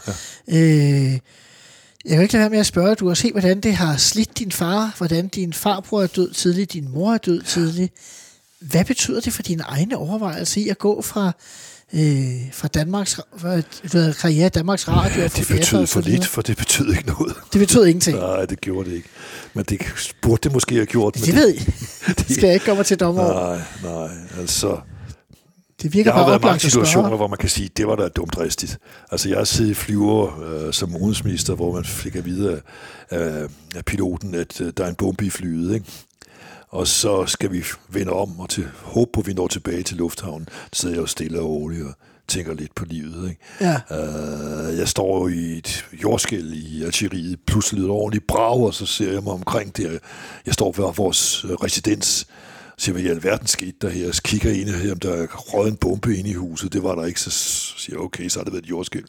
Jeg kan ikke lade være med at spørge, du har set, hvordan det har slidt din far, hvordan din farbror er død tidligt, din mor er død tidligt. Hvad betyder det for dine egne overvejelser i at gå fra Danmarks karriere i Danmarks Radio? Ja, det betød for lidt, for det betød ikke noget. Det betød ingenting? Nej, det gjorde det ikke. Men det burde det måske have gjort. Det ved jeg. Det skal jeg ikke komme til dommer over. Nej, altså... Det virker jeg har bare været mange situationer, hvor man kan sige, det var da dumt dristigt. Altså, jeg har siddet i flyver som udenrigsminister, hvor man fik at vide af piloten, at der er en bombe i flyet, ikke? Og så skal vi vende om og håbe på, at vi når tilbage til lufthavnen. Så sidder jeg jo stille og roligt og tænker lidt på livet, ikke? Ja. Jeg står jo i et jordskælv i Algeriet, pludselig lyder ordentligt brag, og så ser jeg mig omkring der. Jeg står ved vores residens, siger, hvad i alverden skete der her? Så kigger jeg ind her, om der er røget en bombe inde i huset. Det var der ikke, så siger jeg, okay, så har det været et jordskælv.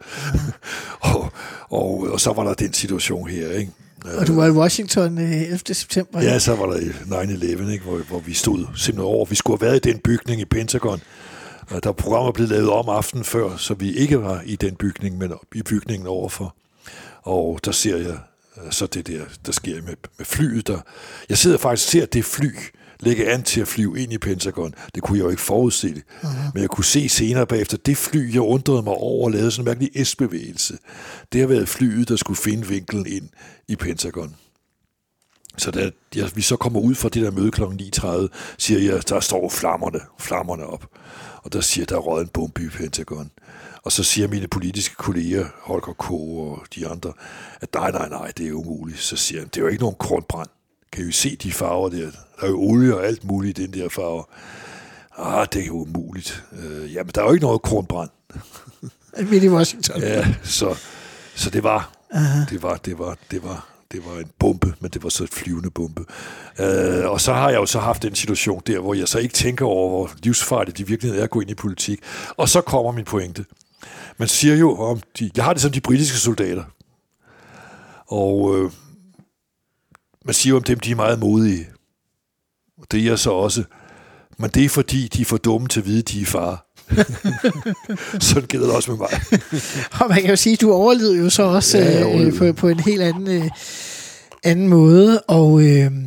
og så var der den situation her, ikke? Og du var i Washington 11. september? Ja, så var der 9/11, ikke? Hvor vi stod simpelthen over. Vi skulle have været i den bygning i Pentagon. Der programmer blev lavet om aftenen før, så vi ikke var i den bygning, men i bygningen overfor. Og der ser jeg så det der sker med flyet. Jeg sidder faktisk og ser det fly lægge an til at flyve ind i Pentagon. Det kunne jeg jo ikke forudse. Men jeg kunne se senere bagefter, det fly, jeg undrede mig over og lavede sådan en mærkelig S-bevægelse. Det har været flyet, der skulle finde vinklen ind i Pentagon. Så da vi så kommer ud fra det der møde kl. 9:30, siger jeg, der står flammerne op. Og der siger, der er røget en bombe i Pentagon. Og så siger mine politiske kolleger, Holger K. og de andre, at nej, det er umuligt. Så siger han, det er jo ikke nogen kornbrand. Kan I jo se de farver der? Der er jo olie og alt muligt i den der farve. Det er jo umuligt. Jamen, der er jo ikke noget kornbrand. Midt i Washington. Ja, så det var... Det var en bombe, men det var så et flyvende bombe. Og så har jeg jo så haft en situation der, hvor jeg så ikke tænker over, hvor livsfarligt det virkelig er at gå ind i politik. Og så kommer min pointe. Man siger jo om jeg har det som de britiske soldater. Og man siger jo om dem, de er meget modige. Det er jeg så også. Men det er fordi, de er for dumme til at vide, de er far. Sådan gælder det også med mig. Og man kan jo sige, at du overlevede jo så også på en helt anden måde. Og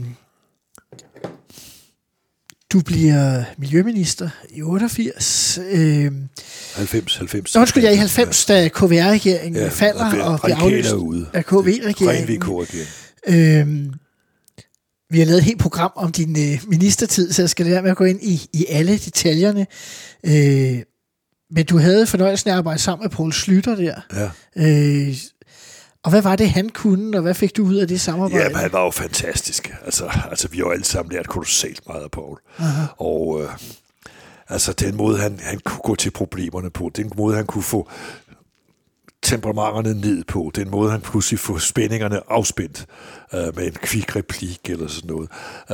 du bliver miljøminister i 88. 90. Nå, skulle jeg i 90, da KVR-regeringen falder og bliver afløst af KV-regeringen. Vi har lavet et helt program om din ministertid, så jeg skal lade være med at gå ind i alle detaljerne. Men du havde fornøjelsen af at arbejde sammen med Poul Schlüter der. Ja. Og hvad var det, han kunne, og hvad fik du ud af det samarbejde? Jamen, han var jo fantastisk. Altså vi har jo alle sammen lært kolossalt meget af Poul. Og den måde, han kunne gå til problemerne på, den måde, han kunne få temperamenterne ned på, den måde, han pludselig få spændingerne afspændt med en kvik replik eller sådan noget.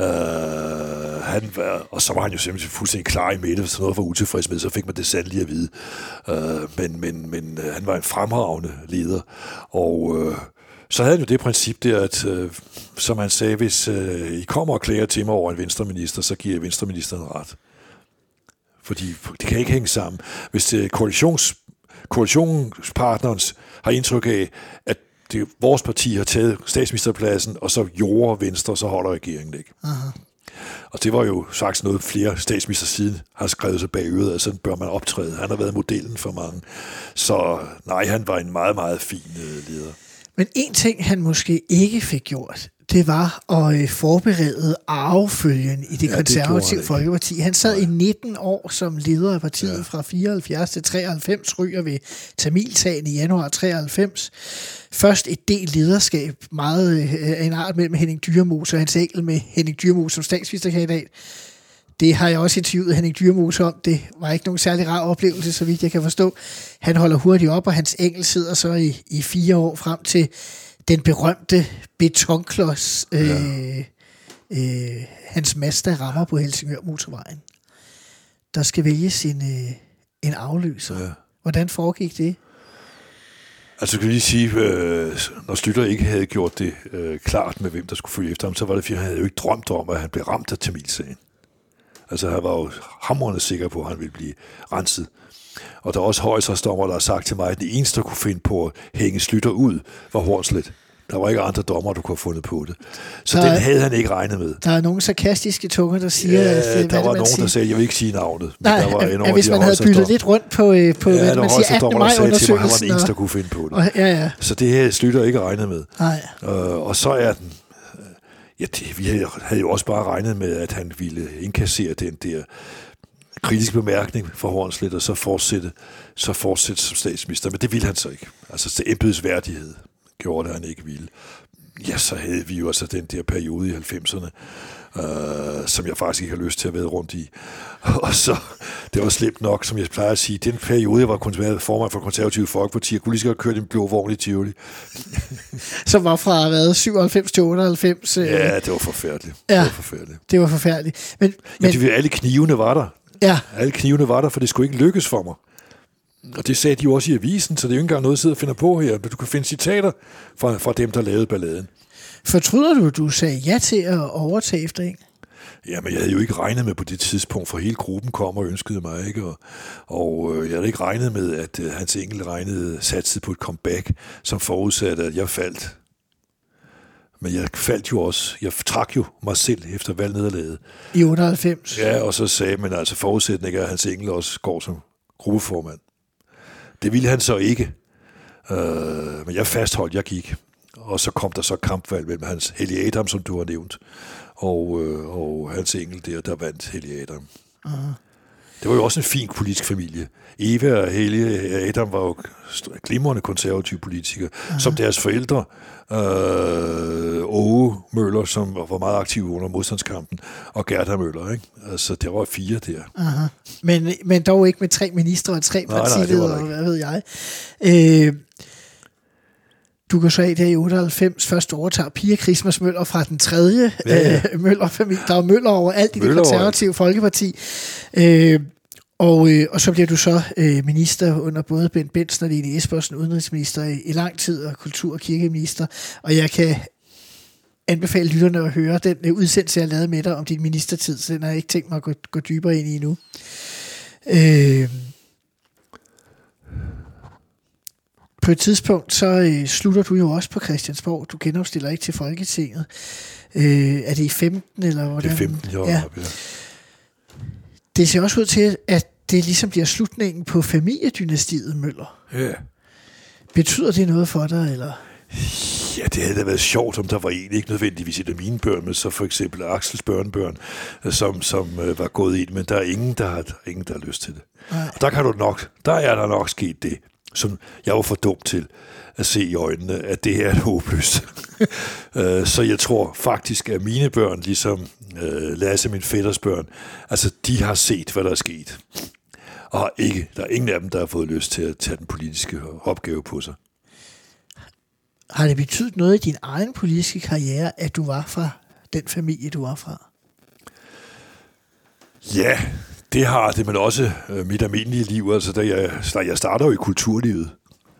Og så var han jo simpelthen fuldstændig klar i mælet, hvis noget var utilfreds med, så fik man det sandelig at vide. Men han var en fremragende leder, og så havde han jo det princip der, at som han sagde, hvis I kommer og klager til mig over en venstreminister, så giver jeg venstreministeren ret. Fordi det kan ikke hænge sammen. Hvis koalitionspartneren har indtryk af, at vores parti har taget statsministerpladsen, og så jorder Venstre, så holder regeringen ikke. Aha. Og det var jo faktisk noget, flere statsminister siden har skrevet sig bag øret, at sådan bør man optræde. Han har været modellen for mange. Så nej, han var en meget, meget fin leder. Men en ting, han måske ikke fik gjort, det var at forberede arvefølgen i det konservative Folkeparti. Han sad i 19 år som leder af partiet fra 74 til 93, ryger ved Tamilsagen i januar 93. Først et del lederskab, meget af en art mellem Henning Dyremose og Hans Engel med Henning Dyremose som statsministerkandidat. Det har jeg også interviewet Henning Dyremose om. Det var ikke nogen særlig rar oplevelse, så vidt jeg kan forstå. Han holder hurtigt op, og Hans Engel sidder så i 4 år frem til den berømte betonklods, Hans Mazda rammer på Helsingør-motorvejen. Der skal vælges en afløser. Ja. Hvordan foregik det? Altså kan vi lige sige, når Schlüter ikke havde gjort det klart med, hvem der skulle følge efter ham, så var det, fordi han havde jo ikke drømt om, at han blev ramt af Tamilsagen. Altså han var jo hamrende sikker på, at han ville blive renset. Og der er også højesteretsdommer, der har sagt til mig, at det eneste, der kunne finde på at hænge Schlüter ud, var Hornslet. Der var ikke andre dommer, du kunne have fundet på det. Så den havde han ikke regnet med. Der er nogle sarkastiske tunger, der siger... Ja, der var nogen, der sagde, jeg vil ikke sige navnet. Men der var hvis man havde byttet lidt rundt på hvad man siger, 18. maj-undersøgelsen. Han var den eneste, der kunne finde på det. Så det havde Schlüter ikke regnet med. Og så er den... vi havde jo også bare regnet med, at han ville indkassere den der kritisk bemærkning for Hornslet, og så fortsætte som statsminister. Men det ville han så ikke. Altså til embedsværdighed gjorde det, han ikke ville. Ja, så havde vi jo altså den der periode i 90'erne, som jeg faktisk ikke har lyst til at være rundt i. Og så, det var slemt nok, som jeg plejer at sige, den periode, jeg var formand for Konservative Folkeparti, jeg kunne lige så godt køre en blå vogn i Tivoli. Som var fra 97 til 98? Ja, det var forfærdeligt. Ja, det var forfærdeligt. Men alle knivene var der. Ja. Alle knivene var der, for det skulle ikke lykkes for mig. Og det sagde de jo også i avisen, så det er jo ikke engang noget, jeg sidder og finder på her. Du kan finde citater fra dem, der lavede balladen. Fortryder du sagde ja til at overtage efter en? Jamen, jeg havde jo ikke regnet med på det tidspunkt, for hele gruppen kom og ønskede mig, ikke? Og jeg havde ikke regnet med, at Hans Engel satsede på et comeback, som forudsatte, at jeg faldt. Men jeg faldt jo også. Jeg trak jo mig selv efter valgnederlaget. I 98? Ja, og så sagde man altså forudsætning, at Hans Engel også går som gruppeformand. Det ville han så ikke. Men jeg fastholdt, jeg gik. Og så kom der så kampvalg mellem Helge Adam, som du har nævnt, og Hans Engel der vandt Helge Adam. Uh-huh. Det var jo også en fin politisk familie. Eva og Helge Adam var jo glimrende konservative politikere, som deres forældre. Åge Møller, som var meget aktiv under modstandskampen, og Gerda Møller, ikke? Altså, der var 4 der. Aha. Men dog ikke med 3 ministre og 3 partiledere, hvad ved jeg. Du kan så af der i 98 først overtager Pia Christmas Møller fra den 3. Møller-familie. Der er Møller overalt i det konservative Folkeparti. Og så bliver du så minister under både Bent Bentzen og Lene Espersen, udenrigsminister i lang tid, og kultur- og kirkeminister. Og jeg kan anbefale lytterne at høre den udsendelse, jeg lavede med dig om din ministertid, så den har jeg ikke tænkt mig at gå dybere ind i endnu. På et tidspunkt, så slutter du jo også på Christiansborg. Du genopstiller ikke til Folketinget. Er det i 15, eller hvordan? Det er 15, ja. Det ser også ud til, at det ligesom bliver slutningen på familiedynastiet Møller. Ja. Betyder det noget for dig, eller? Ja, det havde da været sjovt, om der var en, ikke nødvendigvis et af mine børn, men så for eksempel Axels børnebørn, som var gået ind, men der er ingen, der har lyst til det. Og der er der nok sket det, som jeg var for dum til at se i øjnene, at det her er håbløst. Så jeg tror faktisk, at mine børn, ligesom Lasse, min fætters børn, altså de har set, hvad der er sket. Og der er ingen af dem, der har fået lyst til at tage den politiske opgave på sig. Har det betydet noget i din egen politiske karriere, at du var fra den familie, du var fra? Ja, det har det, men også mit almindelige liv. Altså, da jeg starter jo i kulturlivet.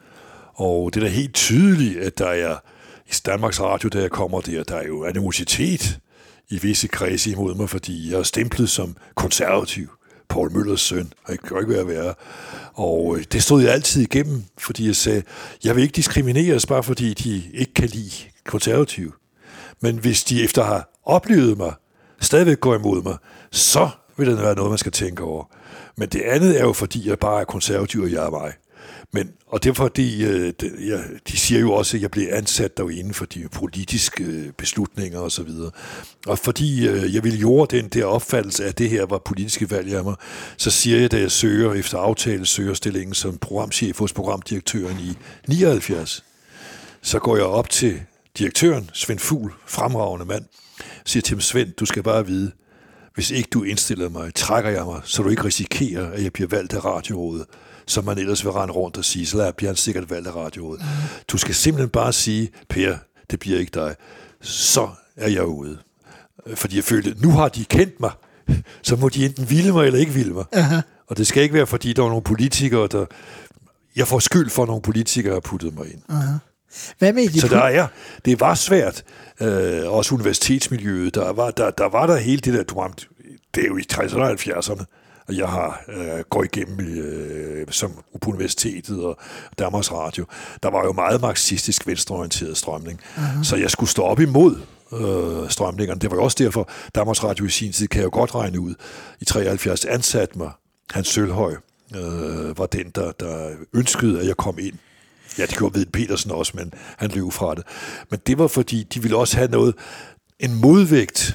Og det er da helt tydeligt, at der er i Danmarks Radio, da jeg kommer der er jo animositet i visse kredse imod mig, fordi jeg er stemplet som konservativ. Poul Møllers søn, og jeg kan ikke være værre. Og det stod jeg altid igennem, fordi jeg sagde, jeg vil ikke diskrimineres, bare fordi de ikke kan lide konservative. Men hvis de efter at have oplevet mig, stadigvæk går imod mig, så vil det være noget, man skal tænke over. Men det andet er jo, fordi jeg bare er konservativ, og jeg er mig. Og derfor, de siger jo også, at jeg bliver ansat derinde for de politiske beslutninger og så videre. Og fordi jeg ville jorde den der opfattelse af, at det her var politiske valg af mig, så siger jeg, da jeg søger efter aftale, søger stillingen som programchef hos programdirektøren i 79, så går jeg op til direktøren, Svend Fugl, fremragende mand, siger til ham, Svend, du skal bare vide, hvis ikke du indstiller mig, trækker jeg mig, så du ikke risikerer, at jeg bliver valgt af radiorådet, som man ellers vil rende rundt og sige, så bliver han sikkert valgt af radiorådet. Du skal simpelthen bare sige, Per, det bliver ikke dig. Så er jeg ude. Fordi jeg følte, nu har de kendt mig, så må de enten ville mig eller ikke ville mig. Uh-huh. Og det skal ikke være, fordi der er nogle politikere, der... Jeg får skyld for, at nogle politikere har puttet mig ind. Uh-huh. Hvad med det? Det var svært. Også universitetsmiljøet, der var hele det der... Det er jo i 60'erne og 70'erne. Jeg har gået igennem som på universitetet og Danmarks Radio. Der var jo meget marxistisk venstreorienteret strømning. Uh-huh. Så jeg skulle stå op imod strømningerne. Det var jo også derfor, Danmarks Radio i sin tid, kan jeg jo godt regne ud, i 73 ansatte mig. Hans Sølhøj var den, der ønskede, at jeg kom ind. Ja, det gjorde Ved Petersen også, men han løb fra det. Men det var fordi, de ville også have en modvægt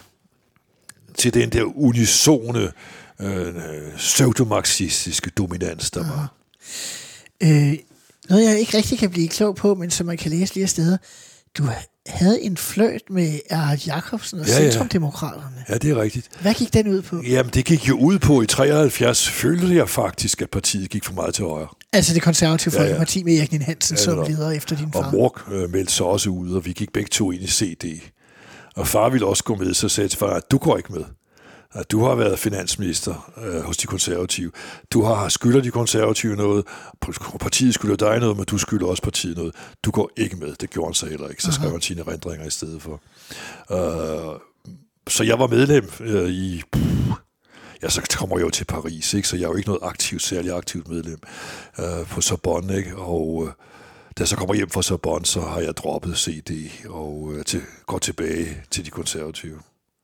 til den der unisone pseudomarxistiske dominans, der var. Noget, jeg ikke rigtig kan blive klog på, men som man kan læse flere steder. Du havde en fløjt med Erhard Jacobsen og Centrumdemokraterne. Ja, det er rigtigt. Hvad gik den ud på? Jamen, det gik jo ud på i 73. Følte jeg faktisk, at partiet gik for meget til højre. Altså det konservative Folkeparti med Erik Ninn-Hansen som leder efter din far. Og Mork meldte sig også ud, og vi gik begge to ind i CD. Og far ville også gå med, så sagde til far, at du går ikke med. Du har været finansminister hos de konservative. Du skylder de konservative noget. Partiet skylder dig noget, men du skylder også partiet noget. Du går ikke med. Det gjorde han så heller ikke. Så skrev han sine erindringer i stedet for. Så jeg var medlem i... Ja, så kommer jeg jo til Paris, ikke? Så jeg er jo ikke noget særlig aktivt medlem på Sorbonne, ikke? Og da jeg så kommer hjem fra Sorbonne, så har jeg droppet CD og går tilbage til de konservative.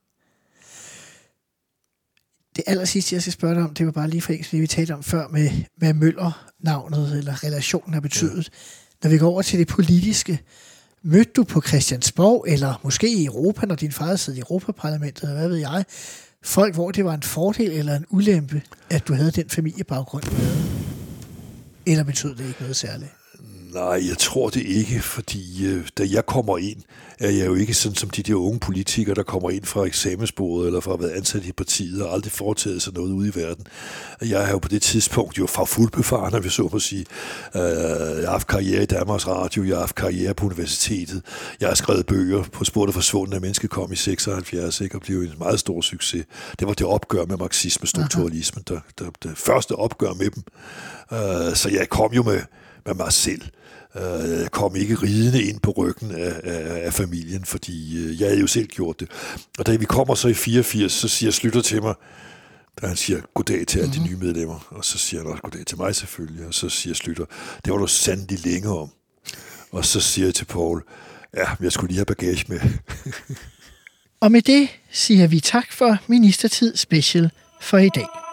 Det allersidste, jeg skal spørge dig om, det var bare lige for det, vi talte om før med Møller-navnet, eller relationen har betydet. Ja. Når vi går over til det politiske, mødte du på Christiansborg, eller måske i Europa, når din far sad i Europaparlamentet, eller hvad ved jeg, folk, hvor det var en fordel eller en ulempe, at du havde den familiebaggrund med? Eller betød det ikke noget særligt? Nej, jeg tror det ikke, fordi da jeg kommer ind, er jeg jo ikke sådan som de der unge politikere, der kommer ind fra eksamensbordet eller fra at have været ansat i partiet og aldrig foretaget sig noget ude i verden. Jeg er jo på det tidspunkt jo fra fuldbefaren, når vi så på at sige. Jeg har haft karriere i Danmarks Radio, jeg har haft karriere på universitetet, jeg har skrevet bøger på Sportet forsvundne af mennesket kom i 76, ikke, og blev en meget stor succes. Det var det opgør med marxisme, strukturalismen, det første opgør med dem. Så jeg kom jo med mig selv. Jeg kom ikke ridende ind på ryggen af familien, fordi jeg havde jo selv gjort det. Og da vi kommer så i 84, så siger Slytter til mig, da han siger goddag til alle de nye medlemmer, og så siger han også goddag til mig selvfølgelig, og så siger Slytter, det var du sandelig længe om. Og så siger jeg til Poul, ja, jeg skulle lige have bagage med. Og med det siger vi tak for Ministertid Special for i dag.